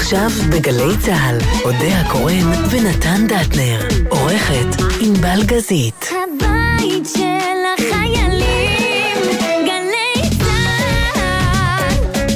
עכשיו בגלי צהל, אודיה קורן ונתן דטנר, עורכת ענבל גזית. הבית של החיילים, גלי צהל.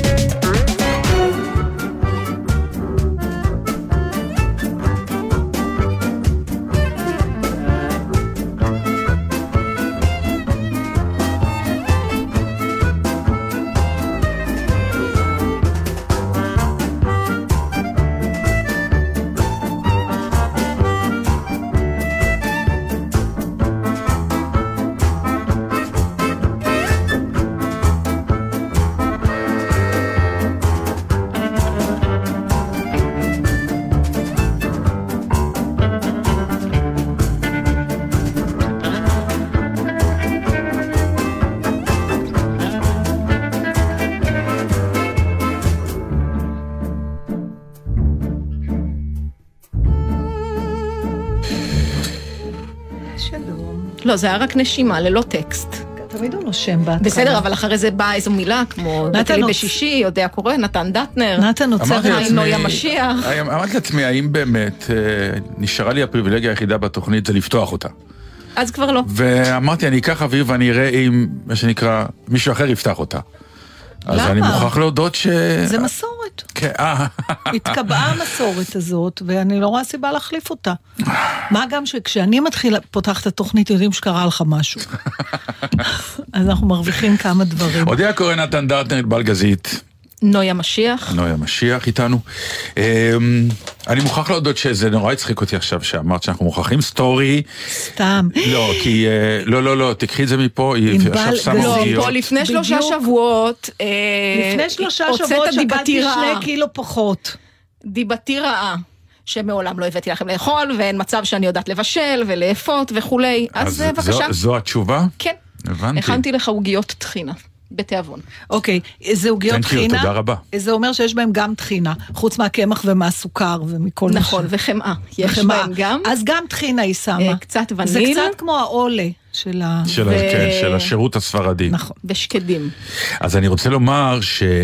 לא, זה היה רק נשימה, ללא טקסט. תמיד הוא נושם בהתחלה. בסדר, אבל אחרי זה באה איזו מילה, כמו נתן בשישי, יודע קורא, נתן דטנר. נתן נוצר נוי המשיח. אמרתי לעצמי, האם באמת נשארה לי הפריבילגיה היחידה בתוכנית, זה לפתוח אותה. אז כבר לא. ואמרתי, אני אקח אוויר ואני אראה אם, מה שנקרא, מישהו אחר יפתח אותה. אז אני מוכרח להודות זה מסורת. כן, התקבעה המסורת הזאת, ואני לא רואה סיבה להחליף אותה. מה גם שכשאני פותח את התוכנית, יודעים שקרה לך משהו. אז אנחנו מרוויחים כמה דברים. אודיה קורן, נתן דטנר, ענבל גזית. נוי המשיח. נוי המשיח איתנו. אני מוכרח להודות שזה נורא הצחיק אותי עכשיו, שאמרת שאנחנו מוכרחים סטורי. סתם. לא, כי, לא, תקחי את זה מפה, עכשיו שמה אותיות. פה לפני 3 שבועות, לפני 3 שבועות שקלתי 2 קילו פחות. דיבתי רעה. שמעולם לא הבאתי לכם לאכול, ואין מצב שאני יודעת לבשל ולאפות וכולי. אז בבקשה. זו התשובה? כן. הבנתי. הכנתי לך עוגיות טחינה. בתיאבון. אוקיי, זה עוגיות טחינה. תודה רבה. זה אומר שיש בהם גם טחינה, חוץ מהקמח ומהסוכר ומכל משהו. נכון, וחמאה. יש בהם גם. אז גם טחינה היא שמה. קצת וניל. זה קצת כמו העולה של השירות הספרדי. נכון. ושקדים. אז אני רוצה לומר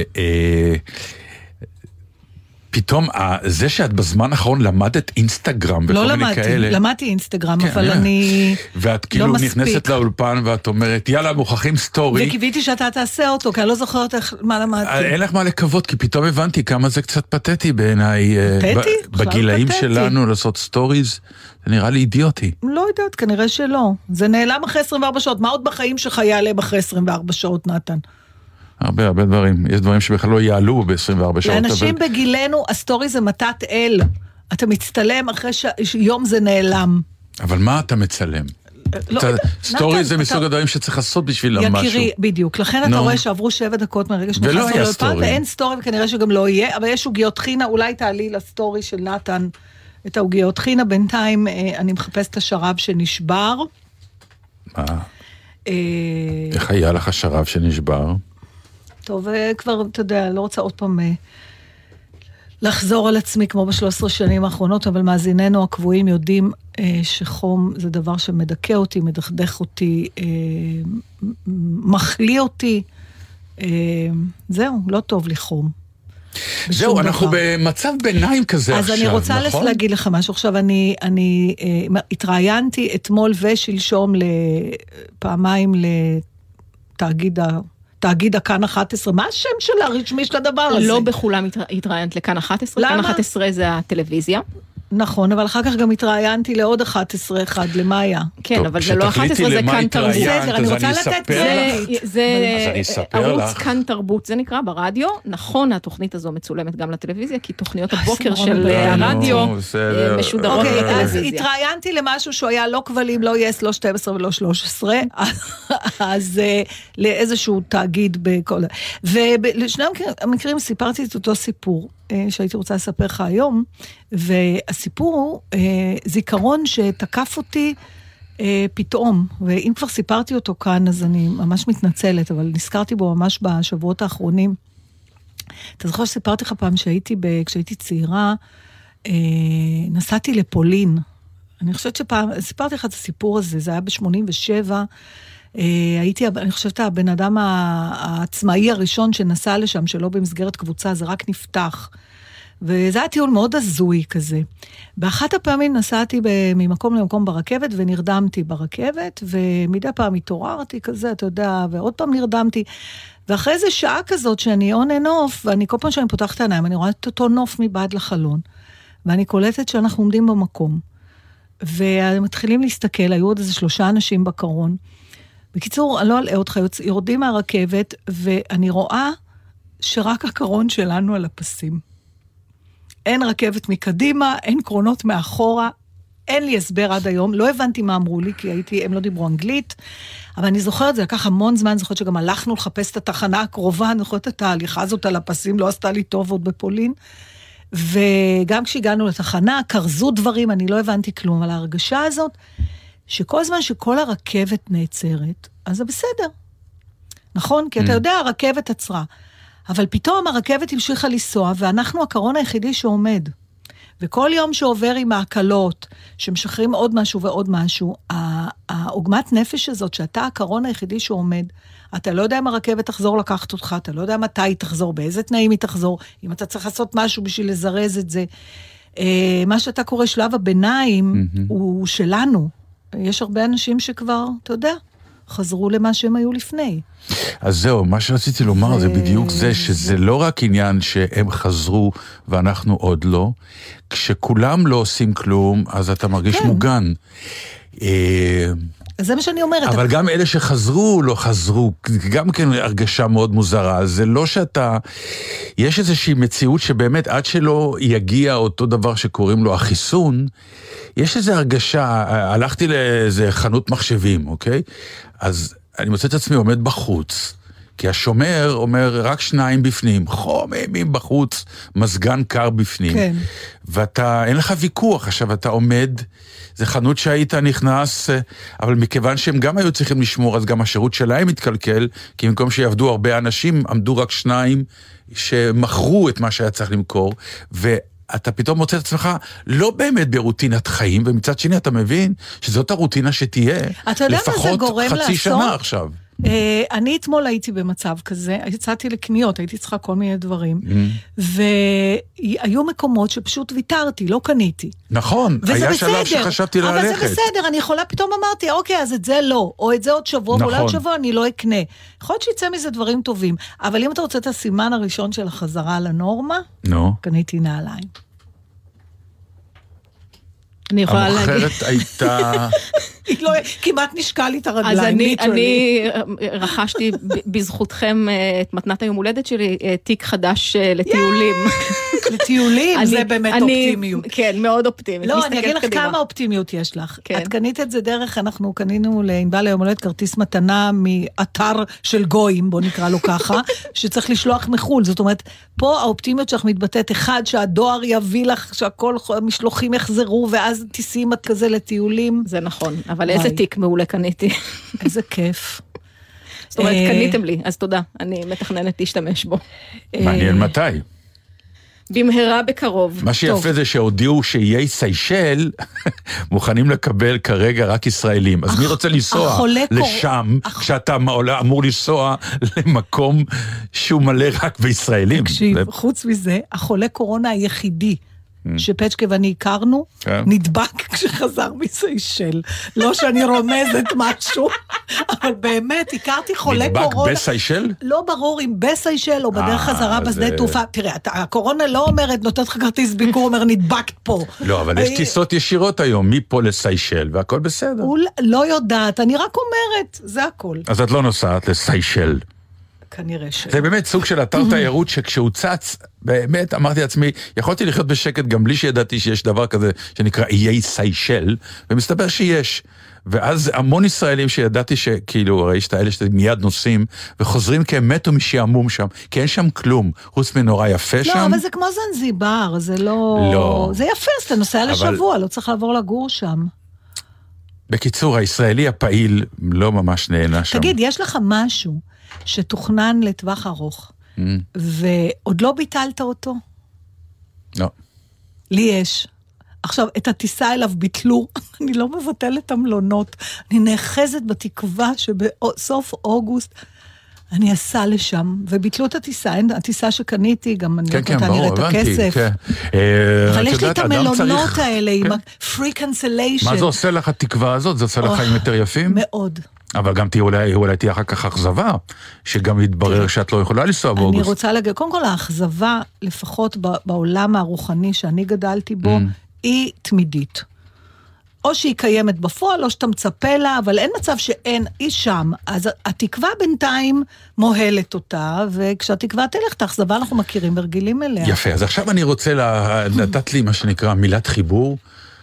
פתאום, זה שאת בזמן האחרון למדת אינסטגרם וכל מיני כאלה. לא למדתי אינסטגרם, אבל אני ואת כאילו נכנסת לאולפן ואת אומרת, יאללה, מוכרחים סטורי. וקיוויתי שאתה תעשה אותו, כי אני לא זוכרת מה למדתי. אין לך מה לקוות, כי פתאום הבנתי כמה זה קצת פתטי בעיניי. פתטי? בגילאים שלנו לעשות סטוריז, זה נראה לי אידיוטי. לא יודעת, כנראה שלא. זה נעלם אחרי 24 שעות. מה עוד בחיים שלך יעלה אחרי 24 שעות, נתן? הרבה דברים. יש דברים שבכלל לא יעלו ב-24 שעות. לאנשים בגילנו, הסטורי זה מתת אל. אתה מצטלם אחרי שיום זה נעלם. אבל מה אתה מצלם? סטורי זה מסוג הדברים שצריך לעשות בשביל משהו. יקירי, בדיוק. לכן אתה רואה שעברו 7 דקות מהרגע שנכנסנו לאולפן, ואין סטורי, וכנראה שגם לא יהיה, אבל יש עוגיות טחינה, אולי תעלי לסטורי של נתן את העוגיות טחינה. בינתיים אני מחפש את השרב שנשבר. מה? איך היה לך השרב שנשבר? טוב, כבר, אתה יודע, לא רוצה עוד פעם לחזור על עצמי כמו ב13 שנים האחרונות, אבל מאזיננו הקבועים יודעים שחום זה דבר שמדכא אותי, מדכדך אותי, מחליא אותי. זהו, לא טוב לי חום. זהו, אנחנו במצב ביניים כזה עכשיו, נכון? אז אני רוצה להגיד לך משהו. עכשיו, אני התראיינתי אתמול ושלשום פעמיים תאגיד הכאן 11, מה השם שלה הרשמי של הדבר הזה? לא בכולם התראיינת לכאן 11, כאן 11 זה הטלוויזיה. נכון, אבל אחר כך גם התראיינתי לעוד 11, אחד למאיה. כן, אבל זה לא 11, זה כאן תרבות. אני רוצה לתת זה ערוץ כאן תרבות, זה נקרא ברדיו. נכון, התוכנית הזו מצולמת גם לטלוויזיה, כי תוכניות הבוקר של הרדיו משודרות בטלוויזיה. אז התראיינתי למשהו שהוא היה לא כבלים, לא יס, לא 12 ולא 13, אז לאיזשהו תאגיד בכל... ולשני המקרים סיפרתי את אותו סיפור, שהייתי רוצה לספר לך היום, והסיפור הוא זיכרון שתקף אותי פתאום, ואם כבר סיפרתי אותו כאן, אז אני ממש מתנצלת, אבל נזכרתי בו ממש בשבועות האחרונים. אתה זוכר שסיפרתי לך פעם כשהייתי צעירה, נסעתי לפולין. אני חושבת שפעם, סיפרתי לך את הסיפור הזה, זה היה ב-87, אני חושבת הבן אדם העצמאי הראשון שנסע לשם, שלא במסגרת קבוצה, זה רק נפתח. וזה היה טיול מאוד הזוי כזה. באחת הפעמים נסעתי ממקום למקום ברכבת, ונרדמתי ברכבת, ומדי פעם התעוררתי כזה, אתה יודע, ועוד פעם נרדמתי, ואחרי איזה שעה כזאת שאני on and off, ואני כל פעם שאני פותחת את העיניים, אני רואה את אותו נוף מבעד לחלון, ואני קולטת שאנחנו עומדים במקום, ומתחילים להסתכל, היו עוד איזה 3 אנשים בקרון, בקיצור, אני לא אלאה אותך, יורדים מהרכבת, ואני רואה שרק הקרון שלנו על הפסים. אין רכבת מקדימה, אין קרונות מאחורה, אין לי הסבר עד היום, לא הבנתי מה אמרו לי, כי הם לא דיברו אנגלית, אבל אני זוכרת, זה לקח המון זמן, זוכרת שגם הלכנו לחפש את התחנה הקרובה, אני זוכרת את ההליכה הזאת על הפסים, לא עשתה לי טוב עוד בפולין, וגם כשהגענו לתחנה, קרזו דברים, אני לא הבנתי כלום, אבל ההרגשה הזאת, שכל זמן שכל הרכבת נעצרת, אז זה בסדר. נכון? כי אתה יודע, הרכבת עצרה. אבל פתאום הרכבת המשיכה לנסוע, ואנחנו הקרון היחידי שעומד. וכל יום שעובר עם ההקלות, שמשחררים עוד משהו ועוד משהו, העוגמת נפש הזאת, שאתה הקרון היחידי שעומד, אתה לא יודע אם הרכבת תחזור לקחת אותך, אתה לא יודע מתי היא תחזור, באיזה תנאים היא תחזור, אם אתה צריך לעשות משהו בשביל לזרז את זה. מה שאתה קורא שלב הביניים, הוא שלנו. יש הרבה אנשים שכבר, אתה יודע, חזרו למה שהם היו לפני. אז זהו, מה שרציתי לומר זה בדיוק זה, שזה לא רק עניין שהם חזרו ואנחנו עוד לא, כשכולם לא עושים כלום, אז אתה מרגיש מוגן. זה מה שאני אומרת. אבל גם אלה שחזרו, לא חזרו, גם כן הרגשה מאוד מוזרה. זה לא שאתה, יש איזושהי מציאות שבאמת עד שלא יגיע אותו דבר שקוראים לו החיסון, יש איזו הרגשה, הלכתי לאיזה חנות מחשבים, אוקיי? אז אני מוצא את עצמי עומד בחוץ, כי השומר אומר רק 2 בפנים, חוממים בחוץ, מזגן קר בפנים. כן. ואתה, אין לך ויכוח, עכשיו אתה עומד, זה חנות שהיית נכנס, אבל מכיוון שהם גם היו צריכים לשמור, אז גם השירות שלהם מתקלקל, כי במקום שיעבדו הרבה אנשים, עמדו רק 2 שמכרו את מה שהיה צריך למכור, אתה פתאום מוצא את עצמך לא באמת ברוטינת חיים, ומצד שני אתה מבין שזאת הרוטינה שתהיה לפחות חצי שנה עכשיו. אני אתמול הייתי במצב כזה, יצאתי לקניות, הייתי צריכה כל מיני דברים, והיו מקומות שפשוט ויתרתי, לא קניתי. נכון, היה שלב שחשבתי ללכת. אבל זה בסדר, אני יכולה, פתאום אמרתי, אוקיי, אז את זה לא, או את זה עוד שבוע, ואולי עוד שבוע אני לא אקנה. יכול להיות שיצא מזה דברים טובים, אבל אם אתה רוצה את הסימן הראשון של החזרה לנורמה, קניתי נעליים. המוכרת הייתה... כמעט נשקע לי את הרגליים. אז אני רכשתי בזכותכם את מתנת היום הולדת שלי, תיק חדש לטיולים. לטיולים, זה באמת אופטימיות. כן, מאוד אופטימית. לא, אני אגיד לך כמה אופטימיות יש לך. את קנית את זה דרך, אנחנו קנינו לענבל היום הולדת כרטיס מתנה מאתר של גויים, בוא נקרא לו ככה, שצריך לשלוח מחול. זאת אומרת, פה האופטימיות שלך מתבטאת, אחד, שהדואר יביא לך, שהכל משלוחים יחזרו, ואז תיסעים את כזה לטיולים. זה נכון, אבל איזה תיק מעולה קניתי. איזה כיף. זאת אומרת, קניתם לי, אז תודה, אני מתכננת להשתמש בו. מעניין מתי. במהרה בקרוב. מה שיפה זה שהודיעו שיהיה סיישל, מוכנים לקבל כרגע רק ישראלים. אז מי רוצה לנסוע לשם, כשאתה אמור לנסוע למקום שהוא מלא רק בישראלים? תקשיב, חוץ מזה, החולה קורונה היחידי, שפצ'קה ואני הכרנו, נדבק כשחזר מסיישל. לא שאני רומזת משהו, אבל באמת, הכרתי חולה קורונה. נדבק בסיישל? לא ברור אם בסיישל או בדרך חזרה בשדה תעופה. תראה, הקורונה לא אומרת, נותנת לך כרטיס ביקור, אומר נדבקת פה. לא, אבל יש טיסות ישירות היום, מפה לסיישל, והכל בסדר. לא יודעת, אני רק אומרת, זה הכל. אז את לא נוסעת לסיישל. כנראה שלא. זה באמת סוג של אתר תיירות שכשהוא צץ, באמת אמרתי לעצמי, יכולתי לחיות בשקט גם בלי שידעתי שיש דבר כזה שנקרא איי סיישל, ומסתבר שיש. ואז המון ישראלים שידעתי שכאילו, הרי יש את האלה שמיד נוסעים, וחוזרים כי הם מתו משעמום שם, כי אין שם כלום, חוץ מנורא יפה שם. לא, אבל זה כמו זנזיבר, זה לא... זה יפה, אז אתה נוסע לשבוע, לא צריך לעבור לגור שם. בקיצור, הישראלי הפעיל לא ממש נהנה שם. תגיד, יש לך משהו שתוכנן לטווח ארוך, ועוד לא ביטלת אותו? לא. לי יש. עכשיו, את הטיסה אליו ביטלו, אני לא מבטלת המלונות, אני נאחזת בתקווה שבסוף אוגוסט, אני אסע לשם, וביטלו את הטיסה, הטיסה שקניתי, גם אני נתן נראה את הכסף. אבל יש לי את המלונות האלה, עם ה-free cancellation. מה זה עושה לך התקווה הזאת? זה עושה לך חיים יותר יפים? מאוד. אבל גם אולי תהיה אחר כך אכזבה, שגם יתברר שאת לא יכולה לנסוע באוגוסט. אני רוצה להגיד, קודם כל האכזבה, לפחות בעולם הרוחני שאני גדלתי בו, היא תמידית. או שהיא קיימת בפועל, או שאתה מצפה לה, אבל אין מצב שאין, היא שם. אז התקווה בינתיים מוהלת אותה, וכשהתקווה תלך, את האכזבה אנחנו מכירים ורגילים אליה. יפה, אז עכשיו אני רוצה נתת לי מה שנקרא מילת חיבור,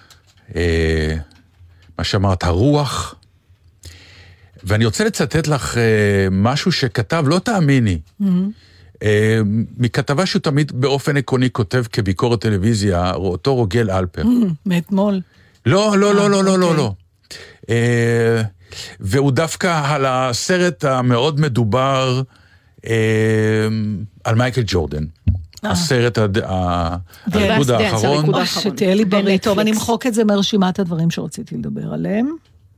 מה שאמרת, הרוח, ואני רוצה לצטט לך משהו שכתב, לא תאמיני, מכתבה שהוא תמיד באופן עקרוני כותב כביקורת טלוויזיה, אותו רוגל אלפר. מאתמול. לא. והוא דווקא על הסרט המאוד מדובר על מייקל ג'ורדן. הסרט הריקוד האחרון. שתהיה לי בריא. טוב, אני אמחוק את זה מרשימת הדברים שרציתי לדבר עליהם.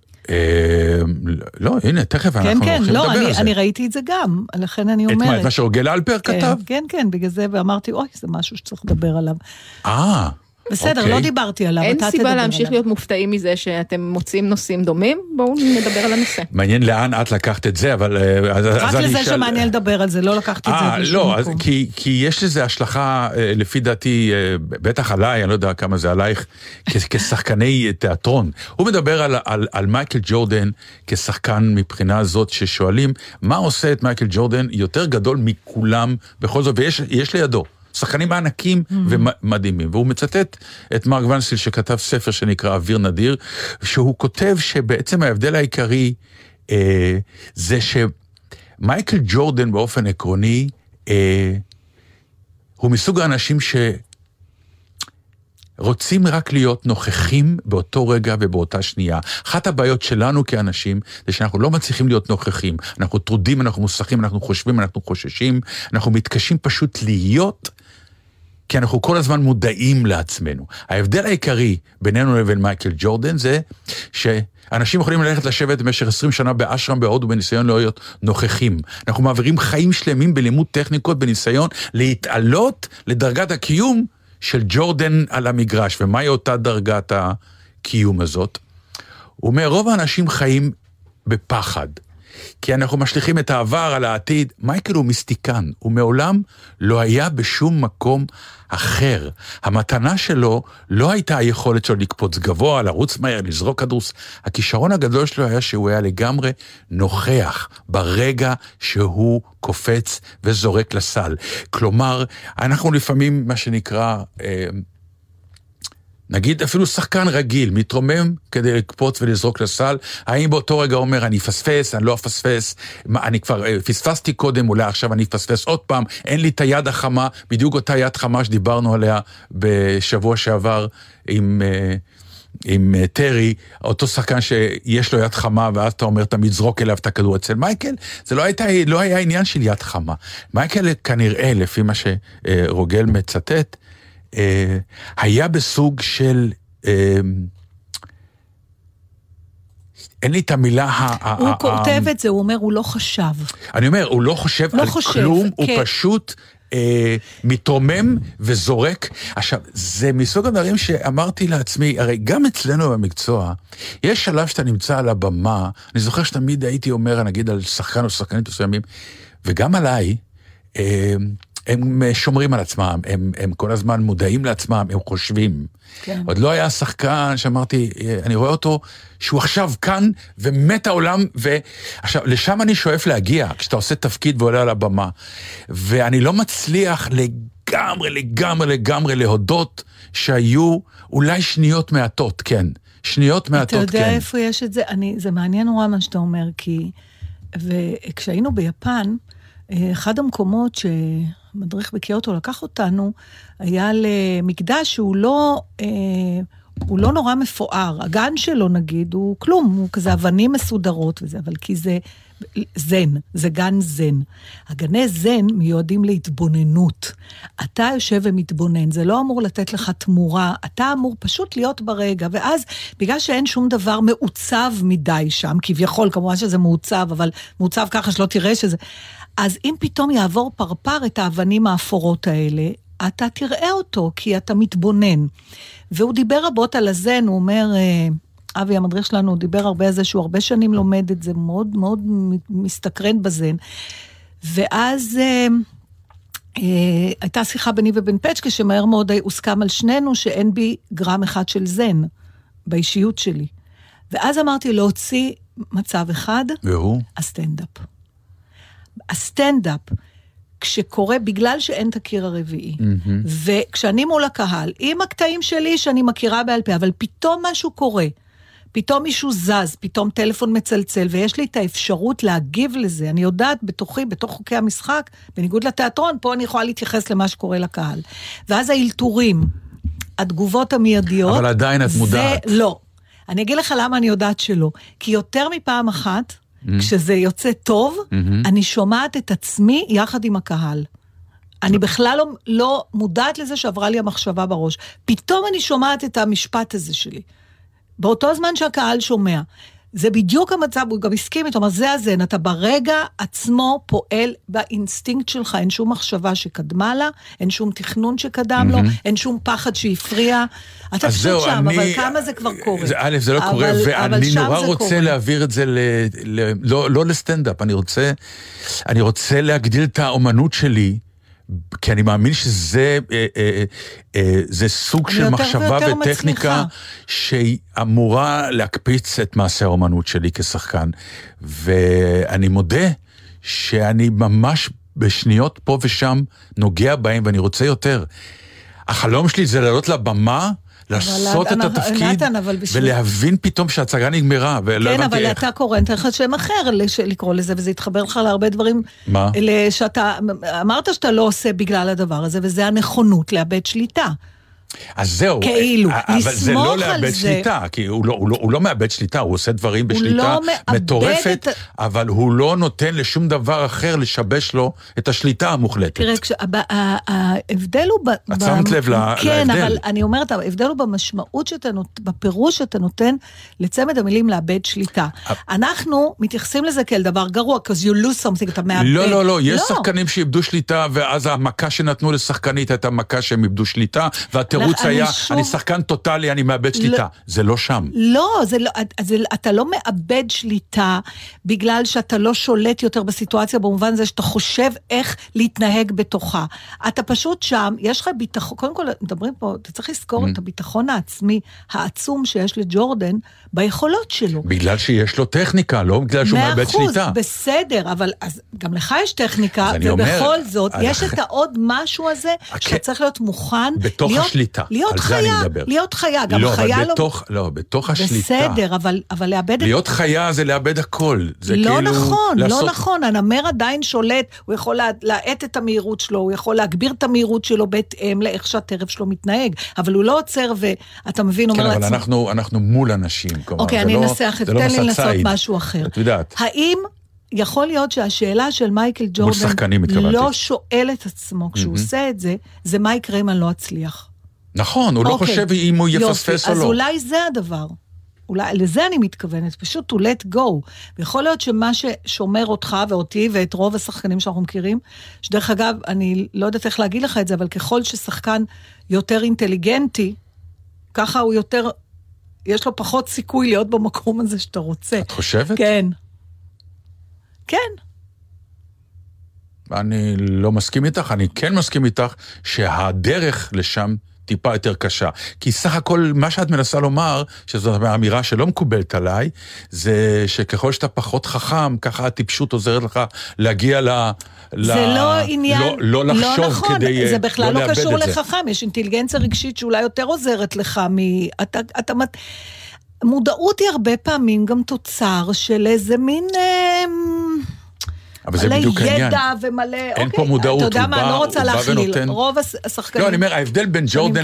לא, הנה, תכף אנחנו הולכים לדבר על זה. אני ראיתי את זה גם, לכן אני אומרת. את מה שרוגל אלפר כתב? כן, בגלל זה, ואמרתי, אוי, זה משהו שצריך לדבר עליו. בסדר, לא דיברתי עליו. אין סיבה להמשיך להיות מופתעים מזה שאתם מוצאים נושאים דומים, בואו נדבר על הנושא. מעניין לאן את לקחת את זה, אבל... רק לזה שמעניין לדבר על זה, לא לקחתי את זה בשום מקום. כי יש לזה השלכה, לפי דעתי, בטח עליי, אני לא יודע כמה זה עלייך, כשחקני תיאטרון. הוא מדבר על מייקל ג'ורדן כשחקן מבחינה הזאת ששואלים, מה עושה את מייקל ג'ורדן יותר גדול מכולם בכל זאת, ויש לידו. שחקנים ענקים ומדהימים, והוא מצטט את מרק ונסטיל שכתב ספר שנקרא אוויר נדיר, שהוא כותב שבעצם ההבדל העיקרי זה שמייקל ג'ורדן באופן עקרוני הוא מסוג האנשים שרוצים רק להיות נוכחים באותו רגע ובאותה שנייה. אחת הבעיות שלנו כאנשים זה שאנחנו לא מצליחים להיות נוכחים, אנחנו טרודים, אנחנו מוסכים, אנחנו חושבים, אנחנו חוששים, אנחנו מתקשים פשוט להיות, כי אנחנו כל הזמן מודעים לעצמנו. ההבדל העיקרי בינינו לבין מייקל ג'ורדן זה שאנשים יכולים ללכת לשבת במשך 20 שנה באשרם בהודו בניסיון לא להיות נוכחים. אנחנו מעבירים חיים שלמים בלימוד טכניקות, בניסיון להתעלות לדרגת הקיום של ג'ורדן על המגרש. ומהי אותה דרגת הקיום הזאת? הוא אומר, רוב האנשים חיים בפחד. כי אנחנו משליכים את העבר על העתיד. מייקל הוא מיסטיקן, הוא מעולם לא היה בשום מקום אחר. המתנה שלו לא הייתה היכולת שלו לקפוץ גבוה, לרוץ מהר, לזרוק כדורס. הכישרון הגדול שלו היה שהוא היה לגמרי נוכח ברגע שהוא קופץ וזורק לסל. כלומר, אנחנו לפעמים מה שנקרא... נגיד אפילו שחקן רגיל, מתרומם כדי לקפוץ ולזרוק לסל, האם באותו רגע אומר, אני אפספס, אני לא אפספס, אני כבר פספסתי קודם, אולי עכשיו אני אפספס עוד פעם, אין לי את היד החמה, בדיוק אותה יד חמה שדיברנו עליה בשבוע שעבר עם טרי, אותו שחקן שיש לו יד חמה, ואז אתה אומר, תמיד זרוק אליו את הכדור. אצל מייקל, זה לא היה עניין של יד חמה. מייקל כנראה, לפי מה שרוגל מצטט, היה בסוג של אין לי את המילה הוא כותב את זה, הוא אומר הוא לא חשב. אני אומר, הוא לא חושב על כלום, הוא פשוט מתרומם וזורק. עכשיו, זה מסוג הדברים שאמרתי לעצמי, הרי גם אצלנו במקצוע, יש שלב שאתה נמצא על הבמה, אני זוכר שתמיד הייתי אומר, נגיד על שחקן או שחקנים מסוימים, וגם עליי, הם שומרים על עצמם, הם כל הזמן מודעים לעצמם, הם חושבים. כן. עוד לא היה שחקן שאמרתי, אני רואה אותו, שהוא עכשיו כאן ומת העולם, ועכשיו, לשם אני שואף להגיע, כשאתה עושה תפקיד ועולה על הבמה, ואני לא מצליח לגמרי להודות שהיו אולי שניות מעטות, כן. שניות מעטות, כן. אתה יודע איפה יש את זה? זה מעניין נורא מה שאתה אומר, כי, וכשהיינו ביפן, אחד המקומות שמדריך בקיוטו לקח אותנו, היה למקדש שהוא לא נורא מפואר. הגן שלו נגיד הוא כלום, הוא כזה אבנים מסודרות וזה, אבל כי זה זן, זה גן זן. הגני זן מיועדים להתבוננות. אתה יושב ומתבונן, זה לא אמור לתת לך תמורה, אתה אמור פשוט להיות ברגע, ואז בגלל שאין שום דבר מעוצב מדי שם, כביכול, כמובן שזה מעוצב, אבל מעוצב ככה שלא תראה שזה, אז אם פתאום יעבור פרפר את האבנים האפורות האלה, אתה תראה אותו, כי אתה מתבונן. והוא דיבר רבות על הזן, הוא אומר, אבי המדריך שלנו, הוא דיבר הרבה על זה, שהוא הרבה שנים לומד את זה, מאוד מאוד מסתקרן בזן. ואז הייתה שיחה ביני ובן פצ'קה, שמהר מאוד הוסכם על שנינו, שאין בי גרם אחד של זן, באישיות שלי. ואז אמרתי להוציא מצב אחד, והוא? הסטנדאפ. הסטנדאפ, כשקורה, בגלל שאין את הקיר הרביעי, וכשאני מול הקהל, עם הקטעים שלי שאני מכירה בעל פה, אבל פתאום משהו קורה, פתאום מישהו זז, פתאום טלפון מצלצל, ויש לי את האפשרות להגיב לזה, אני יודעת בתוכי, בתוך חוקי המשחק, בניגוד לתיאטרון, פה אני יכולה להתייחס למה שקורה לקהל. ואז האלתורים, התגובות המיידיות, אבל עדיין את מודעת. לא. אני אגיד לך למה אני יודעת שלא. כי יותר מפעם אחת, כשזה יוצא טוב, אני שומעת את עצמי יחד עם הקהל. אני בכלל לא מודעת לזה שעברה לי המחשבה בראש. פתאום אני שומעת את המשפט הזה שלי. באותו זמן שהקהל שומע. זה בדיוק המצב, הוא גם הסכים איתו, אבל זה הזן, אתה ברגע עצמו פועל באינסטינקט שלך, אין שום מחשבה שקדמה לה, אין שום תכנון שקדם לו, אין שום פחד שהפריע, אתה פשוט שם, אבל כמה זה כבר קורה. א', זה לא קורה, ואני נורא רוצה להעביר את זה, לא לסטנדאפ, אני רוצה להגדיל את האומנות שלי, כי אני מאמין שזה סוג של מחשבה וטכניקה שהיא אמורה להקפיץ את מעשה האומנות שלי כשחקן. ואני מודה שאני ממש בשניות פה ושם נוגע בהם ואני רוצה יותר. החלום שלי זה לעלות לבמה, לעשות את התפקיד ולהבין פתאום שההצגה נגמרה. כן, אבל אתה קורא, אתה לך שם אחר לקרוא לזה, וזה יתחבר לך להרבה דברים. מה? שאתה אמרת שאתה לא עושה בגלל הדבר הזה, וזה הנכונות לאבד שליטה. אז זהו, כאילו, אבל זה לא לאבד שליטה, כי הוא לא מאבד שליטה, הוא עושה דברים בשליטה מטורפת, אבל הוא לא נותן לשום דבר אחר לשבש לו את השליטה המוחלטת. תראה, ההבדל הוא... את שמת לב להבדל. כן, אבל אני אומרת, ההבדל הוא במשמעות שאתה נותן, בפירוש שאתה נותן לצמד המילים לאבד שליטה. אנחנו מתייחסים לזה כאל דבר גרוע, because you lose something, אתה מאבד. לא, יש שחקנים שאיבדו שליטה, ואז המכה שנתנו לשחקנית הייתה מכה שהם איבדו שליטה, התירוץ היה, אני שחקן טוטלי, אני מאבד שליטה. זה לא שם. לא, אתה לא מאבד שליטה, בגלל שאתה לא שולט יותר בסיטואציה, במובן זה שאתה חושב איך להתנהג בתוכה. אתה פשוט שם, יש לך ביטחון, קודם כל, מדברים פה, אתה צריך לזכור את הביטחון העצמי, העצום שיש לג'ורדן, ביכולות שלו. בגלל שיש לו טכניקה, לא בגלל שהוא מאבד שליטה. 100%, בסדר, אבל גם לך יש טכניקה, ובכל זאת, יש את העוד משהו הזה, שאתה צריך להיות מוכן, בתוך השליטה. להיות חיה, גם חיה לא... בתוך השליטה. בסדר, אבל לאבד... להיות חיה זה לאבד הכל. לא נכון, הנמר עדיין שולט, הוא יכול להעט את המהירות שלו, הוא יכול להגביר את המהירות שלו בהתאם לאיך שהטרף שלו מתנהג, אבל הוא לא עוצר ואתה מבין, אומר לעצמו... כן, אבל אנחנו מול אנשים. אוקיי, אני אנסח, תן לי לנסות משהו אחר. את יודעת. האם... יכול להיות שהשאלה של מייקל ג'ורדן לא שואל את עצמו כשהוא עושה את זה, זה מה יקרה אם אני לא אצליח. נכון, הוא לא חושב אם הוא יפספס או לא. אז אולי זה הדבר. לזה אני מתכוונת, פשוט to let go. ויכול להיות שמה ששומר אותך ואותי ואת רוב השחקנים שאנחנו מכירים, שדרך אגב, אני לא יודעת איך להגיד לך את זה, אבל ככל ששחקן יותר אינטליגנטי, ככה הוא יותר, יש לו פחות סיכוי להיות במקום הזה שאתה רוצה. את חושבת? כן. כן. אני לא מסכים איתך, אני כן מסכים איתך שהדרך לשם טיפה יותר קשה. כי סך הכל מה שאת מנסה לומר, שזו האמירה שלא מקובלת עליי, זה שככל שאתה פחות חכם, ככה הטיפשות עוזרת לך להגיע זה לא עניין, לא לחשוב לא נכון, כדי זה בכלל לא לא קשור לחכם, יש אינטליגנציה רגשית שאולי יותר עוזרת לך מודעות היא הרבה פעמים גם תוצר של איזה מין... אבל זה בדיוק העניין. ידע ומלא... אין פה מודעות, אתה יודע מה, אני לא רוצה להכליל. רוב השחקנים... לא, אני אומר, ההבדל בין ג'ורדן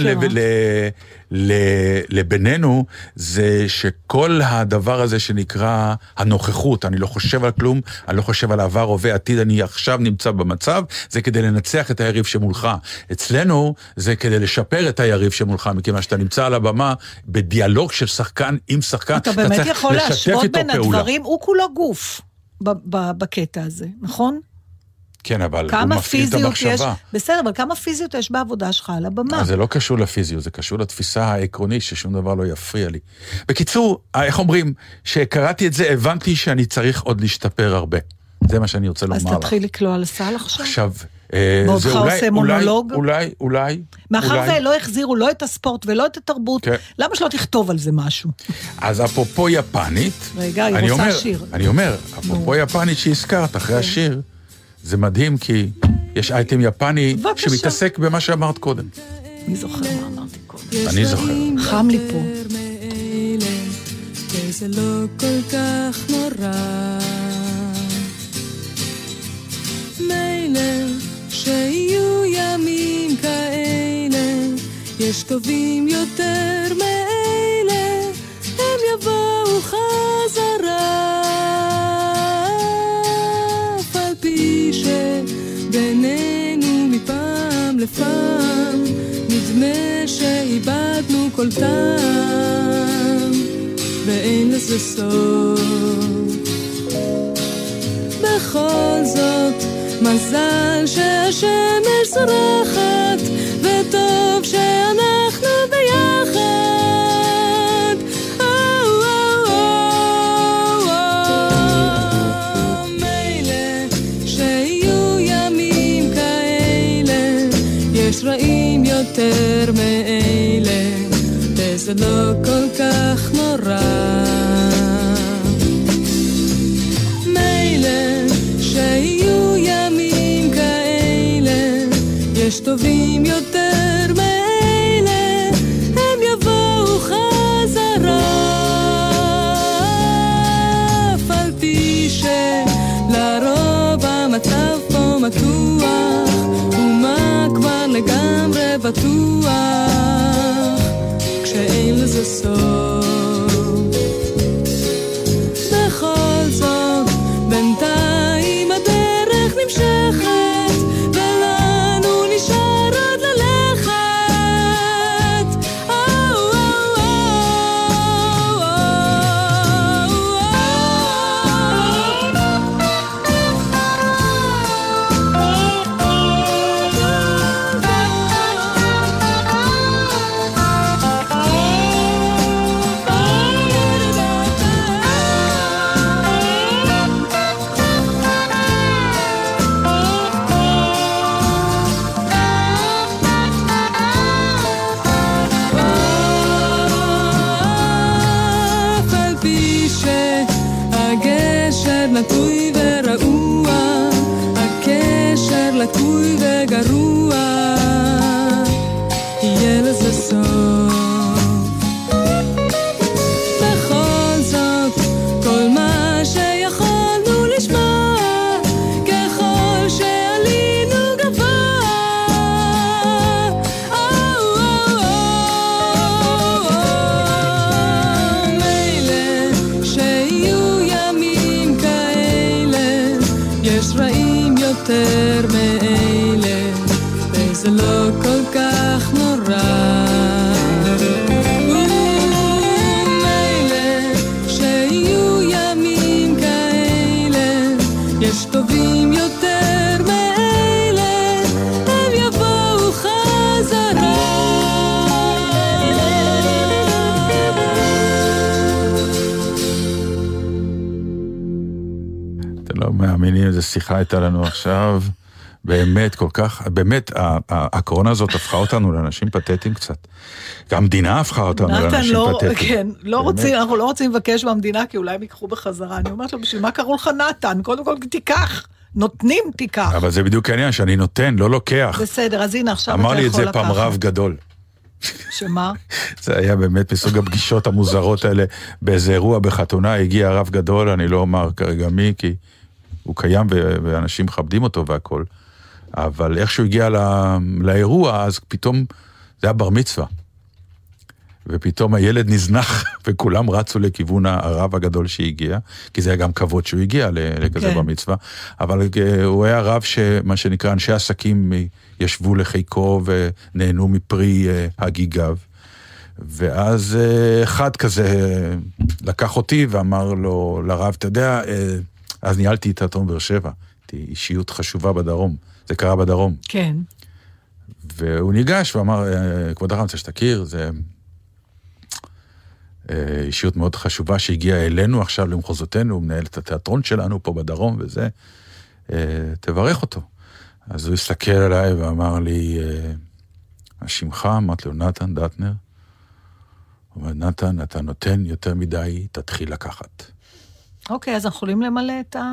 לבינינו, זה שכל הדבר הזה שנקרא הנוכחות, אני לא חושב על כלום, אני לא חושב על העבר, הווה, עתיד, אני עכשיו נמצא במצב, זה כדי לנצח את היריב שמולך. אצלנו, זה כדי לשפר את היריב שמולך, מכיוון שאתה נמצא על הבמה, בדיאלוג של שחקן עם שחקן, אתה באמת יכול להשוות בין הדברים, הוא כולו גוף. בקטע הזה, נכון? כן, אבל הוא מפעיל את המחשבה. בסדר, אבל כמה פיזיות יש בעבודה שלך על הבמה? זה לא קשור לפיזיות, זה קשור לתפיסה העקרונית ששום דבר לא יפריע לי. בקיצור, איך אומרים, שקראתי את זה, הבנתי שאני צריך עוד להשתפר הרבה. זה מה שאני רוצה לומר לך. אז תתחיל לקלוע על סל עכשיו. עכשיו, בעודך עושה מונולוג? אולי. מאחר ולא החזירו לא את הספורט ולא את התרבות, למה שלא תכתוב על זה משהו? אז אפרופו יפנית, רגע, היא רוצה שיר. אני אומר, אפרופו יפנית שהזכרת אחרי השיר, זה מדהים כי יש אייטם יפני שמתעסק במה שאמרת קודם. מי זוכר מה אמרתי קודם? אני זוכר. חם לי פה. זה לא כל כך נורא, מילא שיהיו ימים כאלה, יש טובים יותר מאלה, הם יבואו חזרה, אף על פי שבינינו מפעם לפעם נדמה שאיבדנו כל טעם ואין לזה סוף. בכל זאת מזל שהשמש זורחת וטוב שאנחנו ביחד. מילא שיהיו ימים כאלה, יש רעים יותר מאלה, וזה לא כל כך נורא. מילא שיהיו ימים כאלה, יש טובים יותר מאלה, הם יבואו חזרה, אף על פי שלרוב המצב פה מתוח, ומה כבר לגמרי בטוח, כשאין לזה סוף. בכל זאת בינתיים הדרך נמשכת, ולנו נשאר עוד ללכת. נטוי ורעוע, הקשר לקוי וגרוע, יהיה לזה סוף. בכל זאת כל מה שיכולנו לשמוע, ככל שעלינו גבוה, מילא שיהיו ימים כאלה, יש רעים יותר מאלה, וזה לא כל כך נורא. מילא שיהיו ימים כאלה, יש טובים יותר מאלה, הם יבואו חזרה. אתם לא מאמינים, איזו שיחה הייתה לנו עכשיו, באמת כל כך, באמת הקורונה הזאת הפכה אותנו לאנשים פתטיים קצת. גם המדינה הפכה אותנו לאנשים פתטיים. כן, אנחנו לא רוצים לבקש מהמדינה, כי אולי הם ייקחו בחזרה. אני אומרת לו, בשביל מה קראו לך נתן? קודם כל תיקח, נותנים תיקח. אבל זה בדיוק העניין, שאני נותן, לא לוקח. בסדר, אז הנה, עכשיו אתה אמר יכול לי את זה לקחת. פעם רב גדול. שמה? זה היה באמת מסוג הפגישות המוזרות האלה, באיזה אירוע בחתונה, הגיע רב גדול, אני לא אומר כרגע מי, כי הוא קיים ואנשים מכבדים אותו והכל. אבל איך שהוא הגיע לאירוע, אז פתאום זה היה בר מצווה. ופתאום הילד נזנח, וכולם רצו לכיוון הרב הגדול שהגיע, כי זה היה גם כבוד שהוא הגיע לכזה בר מצווה. אבל הוא היה רב שמה שנקרא אנשי עסקים ישבו לחיקו ונהנו מפרי הגיגיו. ואז אחד כזה לקח אותי ואמר לו לרב, אתה יודע, אז ניהלתי את תיאטרון באר שבע, אישיות חשובה בדרום. זה קרה בדרום. כן. והוא ניגש ואמר, כבוד הרב, רוצה שתכיר, זה אישיות מאוד חשובה שהגיעה אלינו עכשיו למחוזותינו, הוא מנהל את התיאטרון שלנו פה בדרום, וזה, תברך אותו. אז הוא הסתכל עליי ואמר לי, השמך, אמרתי לו, נתן דטנר. הוא אומר, נתן, אתה נותן יותר מדי, תתחיל לקחת. אוקיי, אז אנחנו יכולים למלא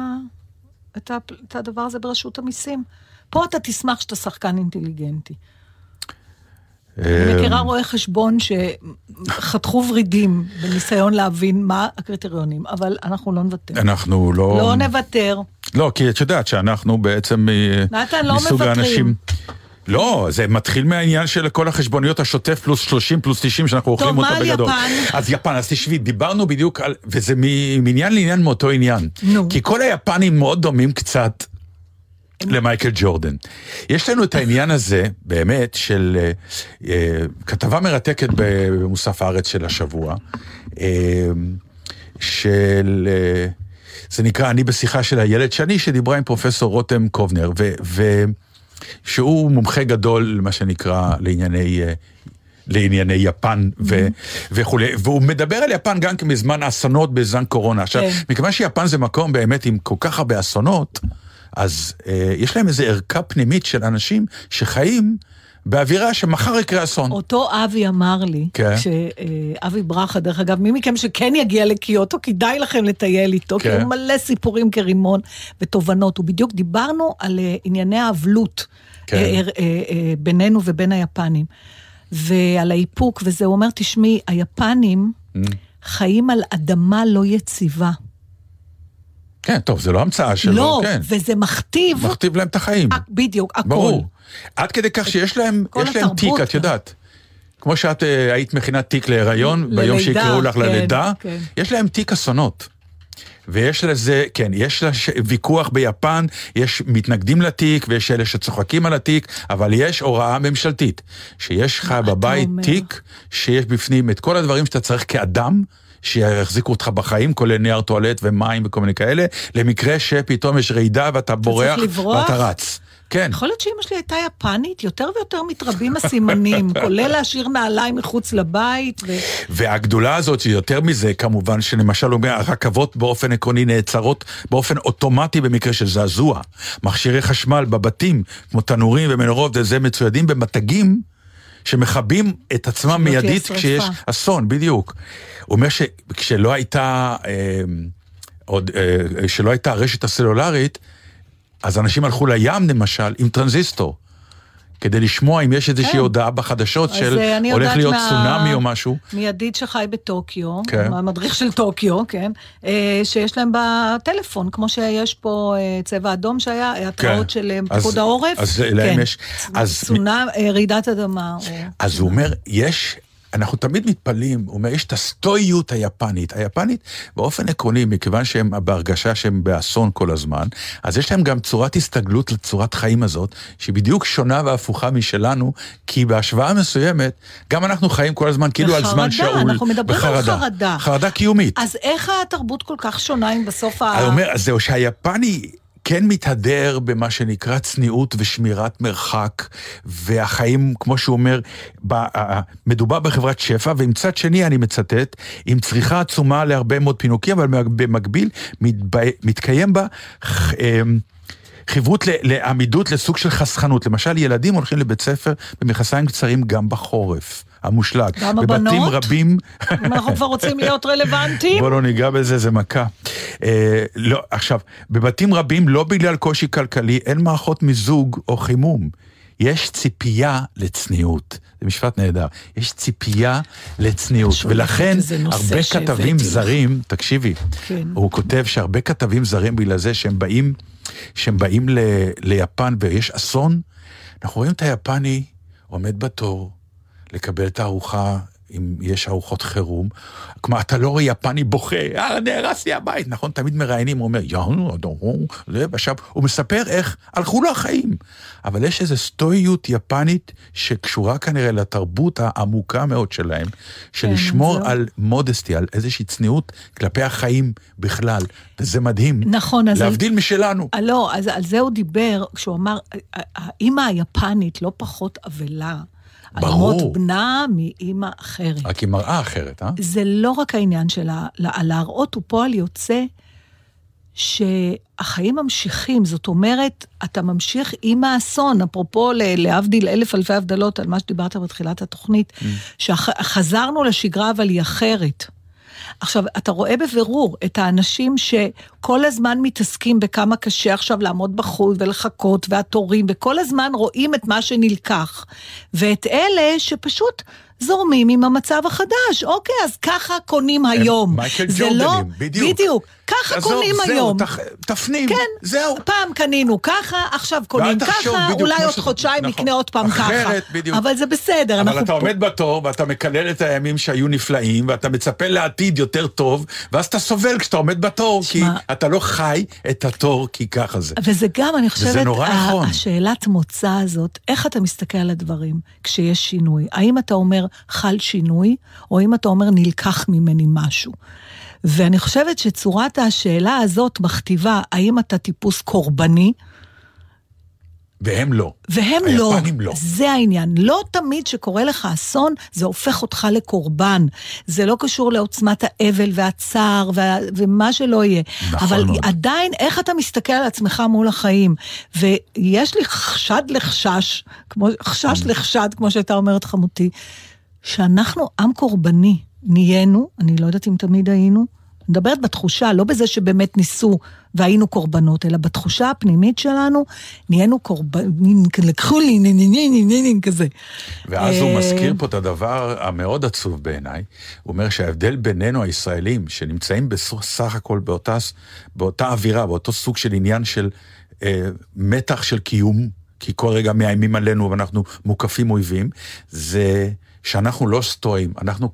את הדבר הזה ברשות המיסים. פה אתה תשמח שאתה שחקן אינטליגנטי. אני מכירה רואה חשבון שחתכו ורידים בניסיון להבין מה הקריטריונים, אבל אנחנו לא נוותר. אנחנו לא... לא נוותר. לא, כי את יודעת שאנחנו בעצם נתן, לא מסוג מוותרים. האנשים... לא, זה מתחיל מהעניין של כל החשבוניות השוטף פלוס 30 פלוס 90 שאנחנו אוכלים אותה בגדול. טוב, מה על יפן? אז יפן, אז תשבי, דיברנו בדיוק על... וזה מעניין לעניין מאותו עניין. נו. כי כל היפנים מאוד דומים קצת למייקל ג'ורדן. יש לנו את העניין הזה, באמת, של כתבה מרתקת במוסף הארץ של השבוע, של... זה נקרא אני בשיחה של הילד שני, שדיברה עם פרופסור רותם קובנר, שהוא מומחה גדול, מה שנקרא, לענייני יפן וכו'. והוא מדבר על יפן גם כמזמן אסונות בזמן קורונה. עכשיו, מכיוון שיפן זה מקום באמת עם כל כך הרבה אסונות, אז יש להם איזו ערכה פנימית של אנשים שחיים באווירה שמחר יקרה אסון. אותו אבי אמר לי, שאבי ברכה, דרך אגב, מי מכם שכן יגיע לקיוטו, כדאי לכם לטייל איתו, כי הוא מלא סיפורים כרימון ותובנות, ובדיוק דיברנו על ענייני האבלות בינינו ובין היפנים, ועל האיפוק, וזה הוא אומר, תשמעי, היפנים חיים על אדמה לא יציבה. כן, טוב, זה לא המצאה שלו. לא, כן. וזה מכתיב. מכתיב להם את החיים. בדיוק, הכל. ברור. עד כדי כך שיש להם תיק, את יודעת. כמו שאת היית מכינת תיק להיריון, ביום שיקראו לך ללידה, יש להם תיק אסונות. ויש לזה, כן, יש ויכוח ביפן, יש מתנגדים לתיק, ויש אלה שצוחקים על התיק, אבל יש הוראה ממשלתית, שיש לך בבית תיק, שיש בפנים את כל הדברים שאתה צריך כאדם, שיחזיקו אותך בחיים, כולל נייר טואלט ומים וכל מיני כאלה, למקרה שפתאום יש רעידה ואתה בורח ואתה רץ. כן. יכול להיות שאמא שלי הייתה יפנית, יותר ויותר מתרבים הסימנים, כולל להשאיר נעליים מחוץ לבית. והגדולה הזאת, שיותר מזה, כמובן, שלמשל אומר, הרכבות באופן עקרוני נעצרות באופן אוטומטי במקרה של זעזוע. מכשירי חשמל בבתים, כמו תנורים ומנורות, וזה מצוידים במתגים, שמחבים את עצמם מיידית כשיש אסון, בדיוק. הוא אומר שכשלא הייתה, שלא הייתה הרשת הסלולרית, אז אנשים הלכו לים, למשל, עם טרנזיסטור, כדי לשמוע אם יש איזושהי הודעה בחדשות של הולך להיות צונאמי או משהו. מידיד שחי בטוקיו, המדריך של טוקיו, כן, שיש להם בטלפון, כמו שיש פה צבע אדום שהיה, התראות של פיקוד העורף. אז להם יש... רעידת אדמה. אז הוא אומר, יש... אנחנו תמיד מתפלים, הוא אומר, יש את הסטואיות היפנית. היפנית, באופן עקרוני, מכיוון שהם בהרגשה שהם באסון כל הזמן, אז יש להם גם צורת הסתגלות לצורת חיים הזאת, שהיא בדיוק שונה והפוכה משלנו, כי בהשוואה מסוימת, גם אנחנו חיים כל הזמן כאילו על זמן שאול. אנחנו מדברים על חרדה. חרדה קיומית. אז איך התרבות כל כך שונה אם בסוף הוא אומר, אז זהו, שהיפני... כן מתהדר במה שנקרא צניעות ושמירת מרחק, והחיים, כמו שהוא אומר, מדובר בחברת שפע, ומצד שני, אני מצטט, עם צריכה עצומה להרבה מאוד פינוקים, אבל במקביל מתקיים בה חברות לעמידות לסוג של חסכנות. למשל, ילדים הולכים לבית ספר במכנסיים קצרים גם בחורף. המושלג. גם הבנות? בבתים רבים... אם אנחנו כבר רוצים להיות רלוונטיים? בוא לא ניגע בזה, זה מכה. לא, עכשיו, בבתים רבים, לא בגלל קושי כלכלי, אין מערכות מיזוג או חימום. יש ציפייה לצניעות. זה משפט נהדר. יש ציפייה לצניעות. ולכן, הרבה כתבים זרים, תקשיבי, הוא כותב שהרבה כתבים זרים בגלל זה שהם באים ליפן ויש אסון, אנחנו רואים את היפני עומד בתור, לקבל את הארוחה אם יש ארוחות חירום, כלומר, אתה לא רואה יפני בוכה, נהרס לי הבית, נכון? תמיד מראיינים, הוא אומר, ועכשיו, הוא מספר איך הלכו לו החיים. אבל יש איזו סטואיות יפנית, שקשורה כנראה לתרבות העמוקה מאוד שלהם, של לשמור על מודסטי, על איזושהי צניעות כלפי החיים בכלל, וזה מדהים. נכון, אז... להבדיל משלנו. לא, אז על זה הוא דיבר, כשהוא אמר, האמא היפנית לא פחות אבלה, ברור. על מות בנה מאמא אחרת. רק היא מראה אחרת, זה לא רק העניין שלה, להראות הוא פועל יוצא, שהחיים ממשיכים, זאת אומרת, אתה ממשיך עם האסון, אפרופו להבדיל אלף אלפי הבדלות, על מה שדיברת בתחילת התוכנית, שחזרנו לשגרה, אבל היא אחרת. עכשיו, אתה רואה בבירור את האנשים שכל הזמן מתעסקים בכמה קשה עכשיו לעמוד בחוץ ולחכות והתורים, וכל הזמן רואים את מה שנלקח, ואת אלה שפשוט זורמים עם המצב החדש. אוקיי, אז ככה קונים היום. מייקל ג'ורדנים, בדיוק. בדיוק, ככה קונים היום. תפנים, כן, זהו. פעם קנינו ככה, עכשיו קונים ככה, אולי עוד חודשיים נקנה עוד פעם ככה. אבל זה בסדר. אבל אתה עומד בתור, ואתה מקלל את הימים שהיו נפלאים, ואתה מצפה לעתיד יותר טוב, ואז אתה סובל כשאתה עומד בתור, כי אתה לא חי את התור, כי ככה זה. וזה גם, אני חושבת, וזה נורא נכון. השאלת מוצא הזאת, איך אתה מסתכל על הדברים כשיש שינוי? האם אתה אומר חל שינוי, או אם אתה אומר נלקח ממני משהו? ואני חושבת שצורת השאלה הזאת מכתיבה, האם אתה טיפוס קורבני? והם לא. והם לא. היפנים לא. זה העניין. לא תמיד שקורה לך אסון, זה הופך אותך לקורבן. זה לא קשור לעוצמת האבל והצער ומה שלא יהיה. נכון. אבל עדיין, איך אתה מסתכל על עצמך מול החיים? ויש לי חשד לחשש, חשש לחשד, כמו שהייתה אומרת חמותי, שאנחנו עם קורבני. נהיינו, אני לא יודעת אם תמיד היינו, מדברת בתחושה, לא בזה שבאמת ניסו והיינו קורבנות, אלא בתחושה הפנימית שלנו, נהיינו קורבנים, לקחו לי, כזה. ואז הוא מזכיר פה את הדבר המאוד עצוב בעיניי, הוא אומר שההבדל בינינו הישראלים, שנמצאים בסך הכל באותה אווירה, באותו סוג של עניין של מתח של קיום, כי כל רגע מאיימים עלינו ואנחנו מוקפים אויבים, זה שאנחנו לא סטואים, אנחנו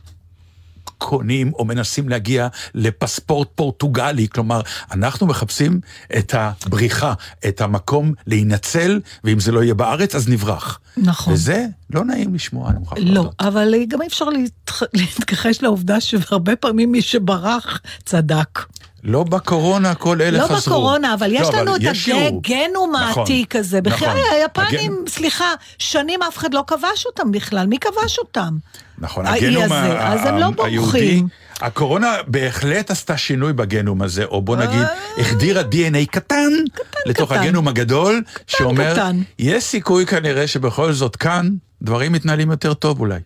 קונים או מנסים להגיע לפספורט פורטוגלי, כלומר, אנחנו מחפשים את הבריחה, את המקום להינצל, ואם זה לא יהיה בארץ, אז נברח. נכון. וזה לא נעים לשמוע, אני מוכרח לא, אבל גם אי אפשר להתכחש לעובדה שהרבה פעמים מי שברח צדק. לא בקורונה, כל אלה חזרו. לא בקורונה, אבל יש לנו את הגנום העתיק הזה. בכלל, היפנים, סליחה, שנים אף אחד לא כבש אותם בכלל. מי כבש אותם? נכון, הגנום אז הם לא בורחים. הקורונה בהחלט עשתה שינוי בגנום הזה, או בוא נגיד, החדירה DNA קטן לתוך הגנום הגדול, שאומר, יש סיכוי כנראה שבכל זאת כאן, דברים מתנהלים יותר טוב אולי.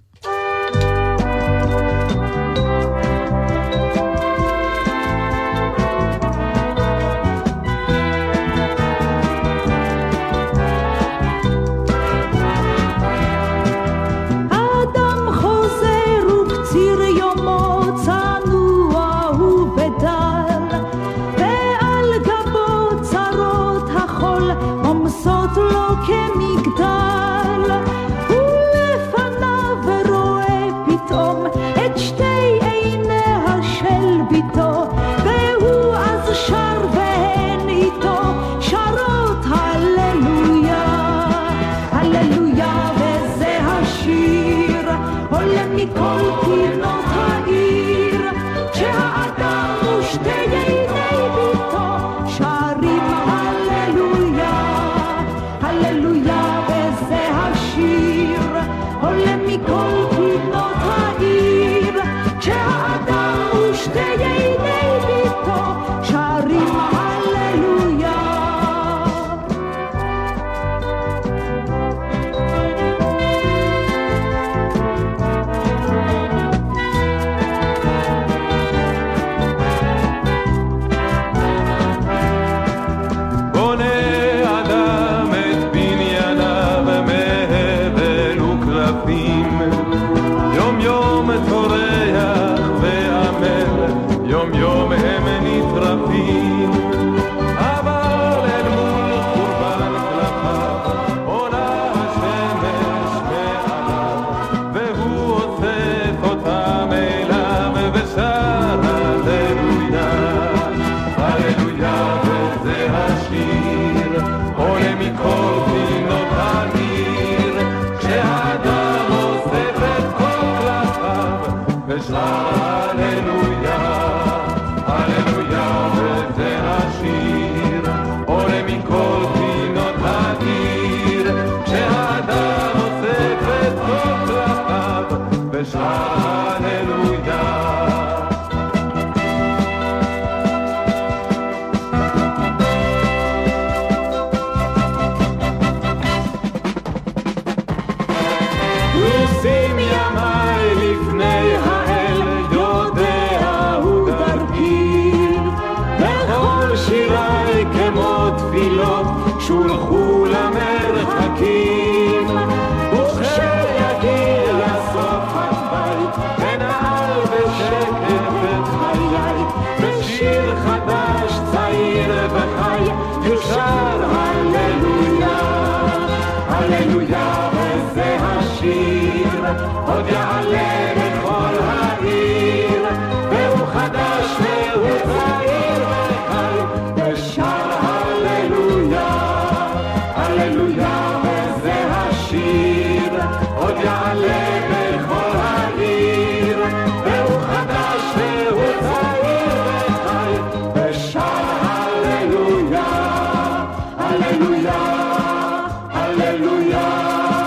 שולחו למרחקים, וכשיגיע לסוף הבית, ונעל בשקט את חיי, בשיר חדש צעיר וחי, יושר הללויה, הללויה, וזה השיר, עוד יעלה בכל העיר, והוא חדש והוא צעיר וחי, ושר הללויה, הללויה, וזה השיר, עוד יעלה בכל העיר, והוא חדש והוא צעיר וחי, ושר הללויה, הללויה, הללויה,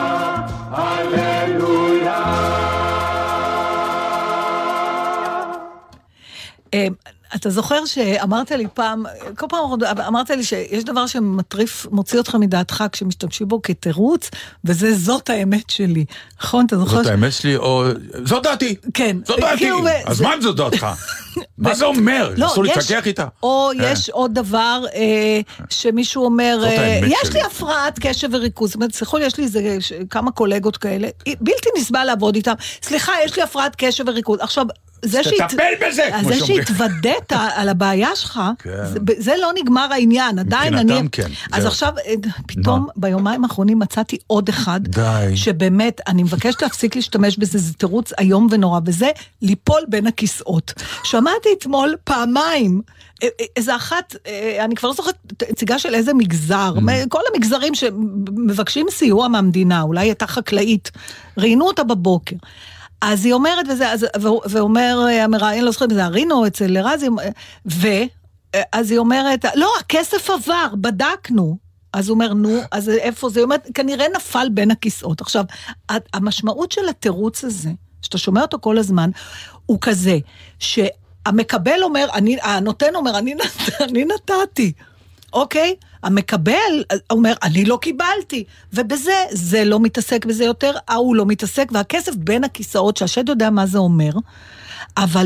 הללויה. אתה זוכר שאמרת לי פעם, כל פעם אמרת לי שיש דבר שמטריף, מוציא אותך מדעתך כשמשתמשים בו כתירוץ, וזה זאת האמת שלי. נכון? אתה זוכר? זאת האמת שלי, או... זאת דעתי. כן. זאת דעתי. אז מה אם זאת דעתך? מה זה אומר? אסור להתווכח איתה. או יש עוד דבר שמישהו אומר, יש לי הפרעת קשב וריכוז. זאת אומרת, סליחו לי, יש לי כמה קולגות כאלה, בלתי נסבל לעבוד איתם. סליחה, יש לי הפרעת קשב וריכוז. עכשיו, תטפל בזה, כמו זה שהתוודעת על הבעיה שלך, זה לא נגמר העניין, עדיין אני... אז עכשיו, פתאום ביומיים האחרונים מצאתי עוד אחד, שבאמת, אני מבקשת להפסיק להשתמש בזה, זה תירוץ היום ונורא, וזה ליפול בין הכיסאות. שמעתי אתמול פעמיים, איזה אחת, אני כבר לא זוכרת, ציגה של איזה מגזר, כל המגזרים שמבקשים סיוע מהמדינה, אולי הייתה חקלאית, ראינו אותה בבוקר. אז היא אומרת, ואומר, המראיין לא זוכרת, זה הרינו אצל רזי, ואז היא אומרת, לא, הכסף עבר, בדקנו. אז הוא אומר, נו, אז איפה זה? היא אומרת, כנראה נפל בין הכיסאות. עכשיו, המשמעות של התירוץ הזה, שאתה שומע אותו כל הזמן, הוא כזה, שהמקבל אומר, הנותן אומר, אני נתתי, אוקיי? המקבל אומר, אני לא קיבלתי, ובזה, זה לא מתעסק בזה יותר, הוא לא מתעסק, והכסף בין הכיסאות, שהשד יודע מה זה אומר, אבל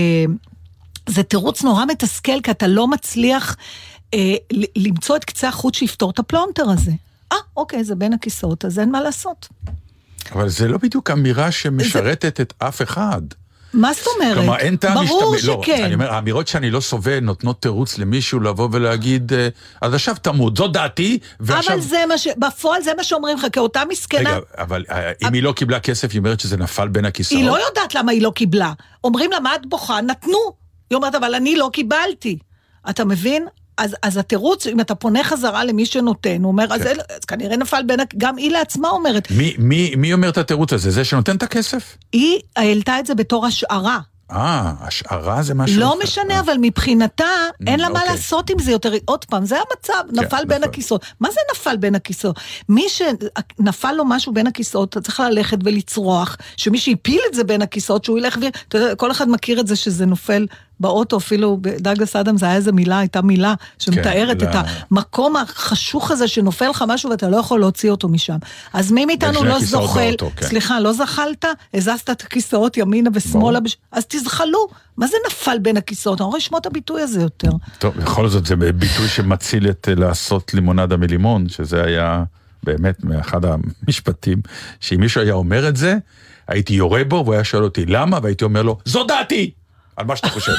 זה תירוץ נורא מתסכל, כי אתה לא מצליח למצוא את קצה החוט שיפתור את הפלונטר הזה. אוקיי, זה בין הכיסאות, אז אין מה לעשות. אבל זה לא בדיוק אמירה שמשרתת את אף אחד. מה זאת אומרת? כלומר, אין טעם ברור שכן. לא, אני אומר, האמירות שאני לא סובל נותנות תירוץ למישהו לבוא ולהגיד, אז עכשיו תמות, זו דעתי, ועכשיו... אבל זה מה בפועל זה מה שאומרים לך, כאותה מסכנה... רגע, אבל אם היא לא קיבלה כסף, היא אומרת שזה נפל בין הכיסאות. היא לא יודעת למה היא לא קיבלה. אומרים לה, מה את בוכה? נתנו. היא אומרת, אבל אני לא קיבלתי. אתה מבין? אז התירוץ, אם אתה פונה חזרה למי שנותן, הוא אומר, אז כנראה נפל בין... גם היא לעצמה אומרת. מי אומר את התירוץ הזה? זה שנותן את הכסף? היא העלתה את זה בתור השערה. השערה זה משהו... לא משנה, אבל מבחינתה, אין לה מה לעשות עם זה יותר. עוד פעם, זה המצב, נפל בין הכיסאות. מה זה נפל בין הכיסאות? מי שנפל לו משהו בין הכיסאות, אתה צריך ללכת ולצרוח, שמי שהפיל את זה בין הכיסאות, שהוא ילך אתה יודע, כל אחד מכיר את זה שזה נופל באוטו, אפילו בדאגלס אדם זה היה איזה מילה, הייתה מילה שמתארת את המקום החשוך הזה שנופל לך משהו ואתה לא יכול להוציא אותו משם. אז מי מאיתנו לא זוחל, סליחה, לא זחלת, הזזת את הכיסאות ימינה ושמאלה, אז תזחלו. מה זה נפל בין הכיסאות? אני רואה לשמוע את הביטוי הזה יותר. טוב, בכל זאת זה ביטוי שמציל את לעשות לימונדה מלימון, שזה היה באמת מאחד המשפטים, שאם מישהו היה אומר את זה, הייתי יורה בו, והוא היה שואל אותי למה, והייתי אומר לו, זו דעתי! על מה שאתה חושב.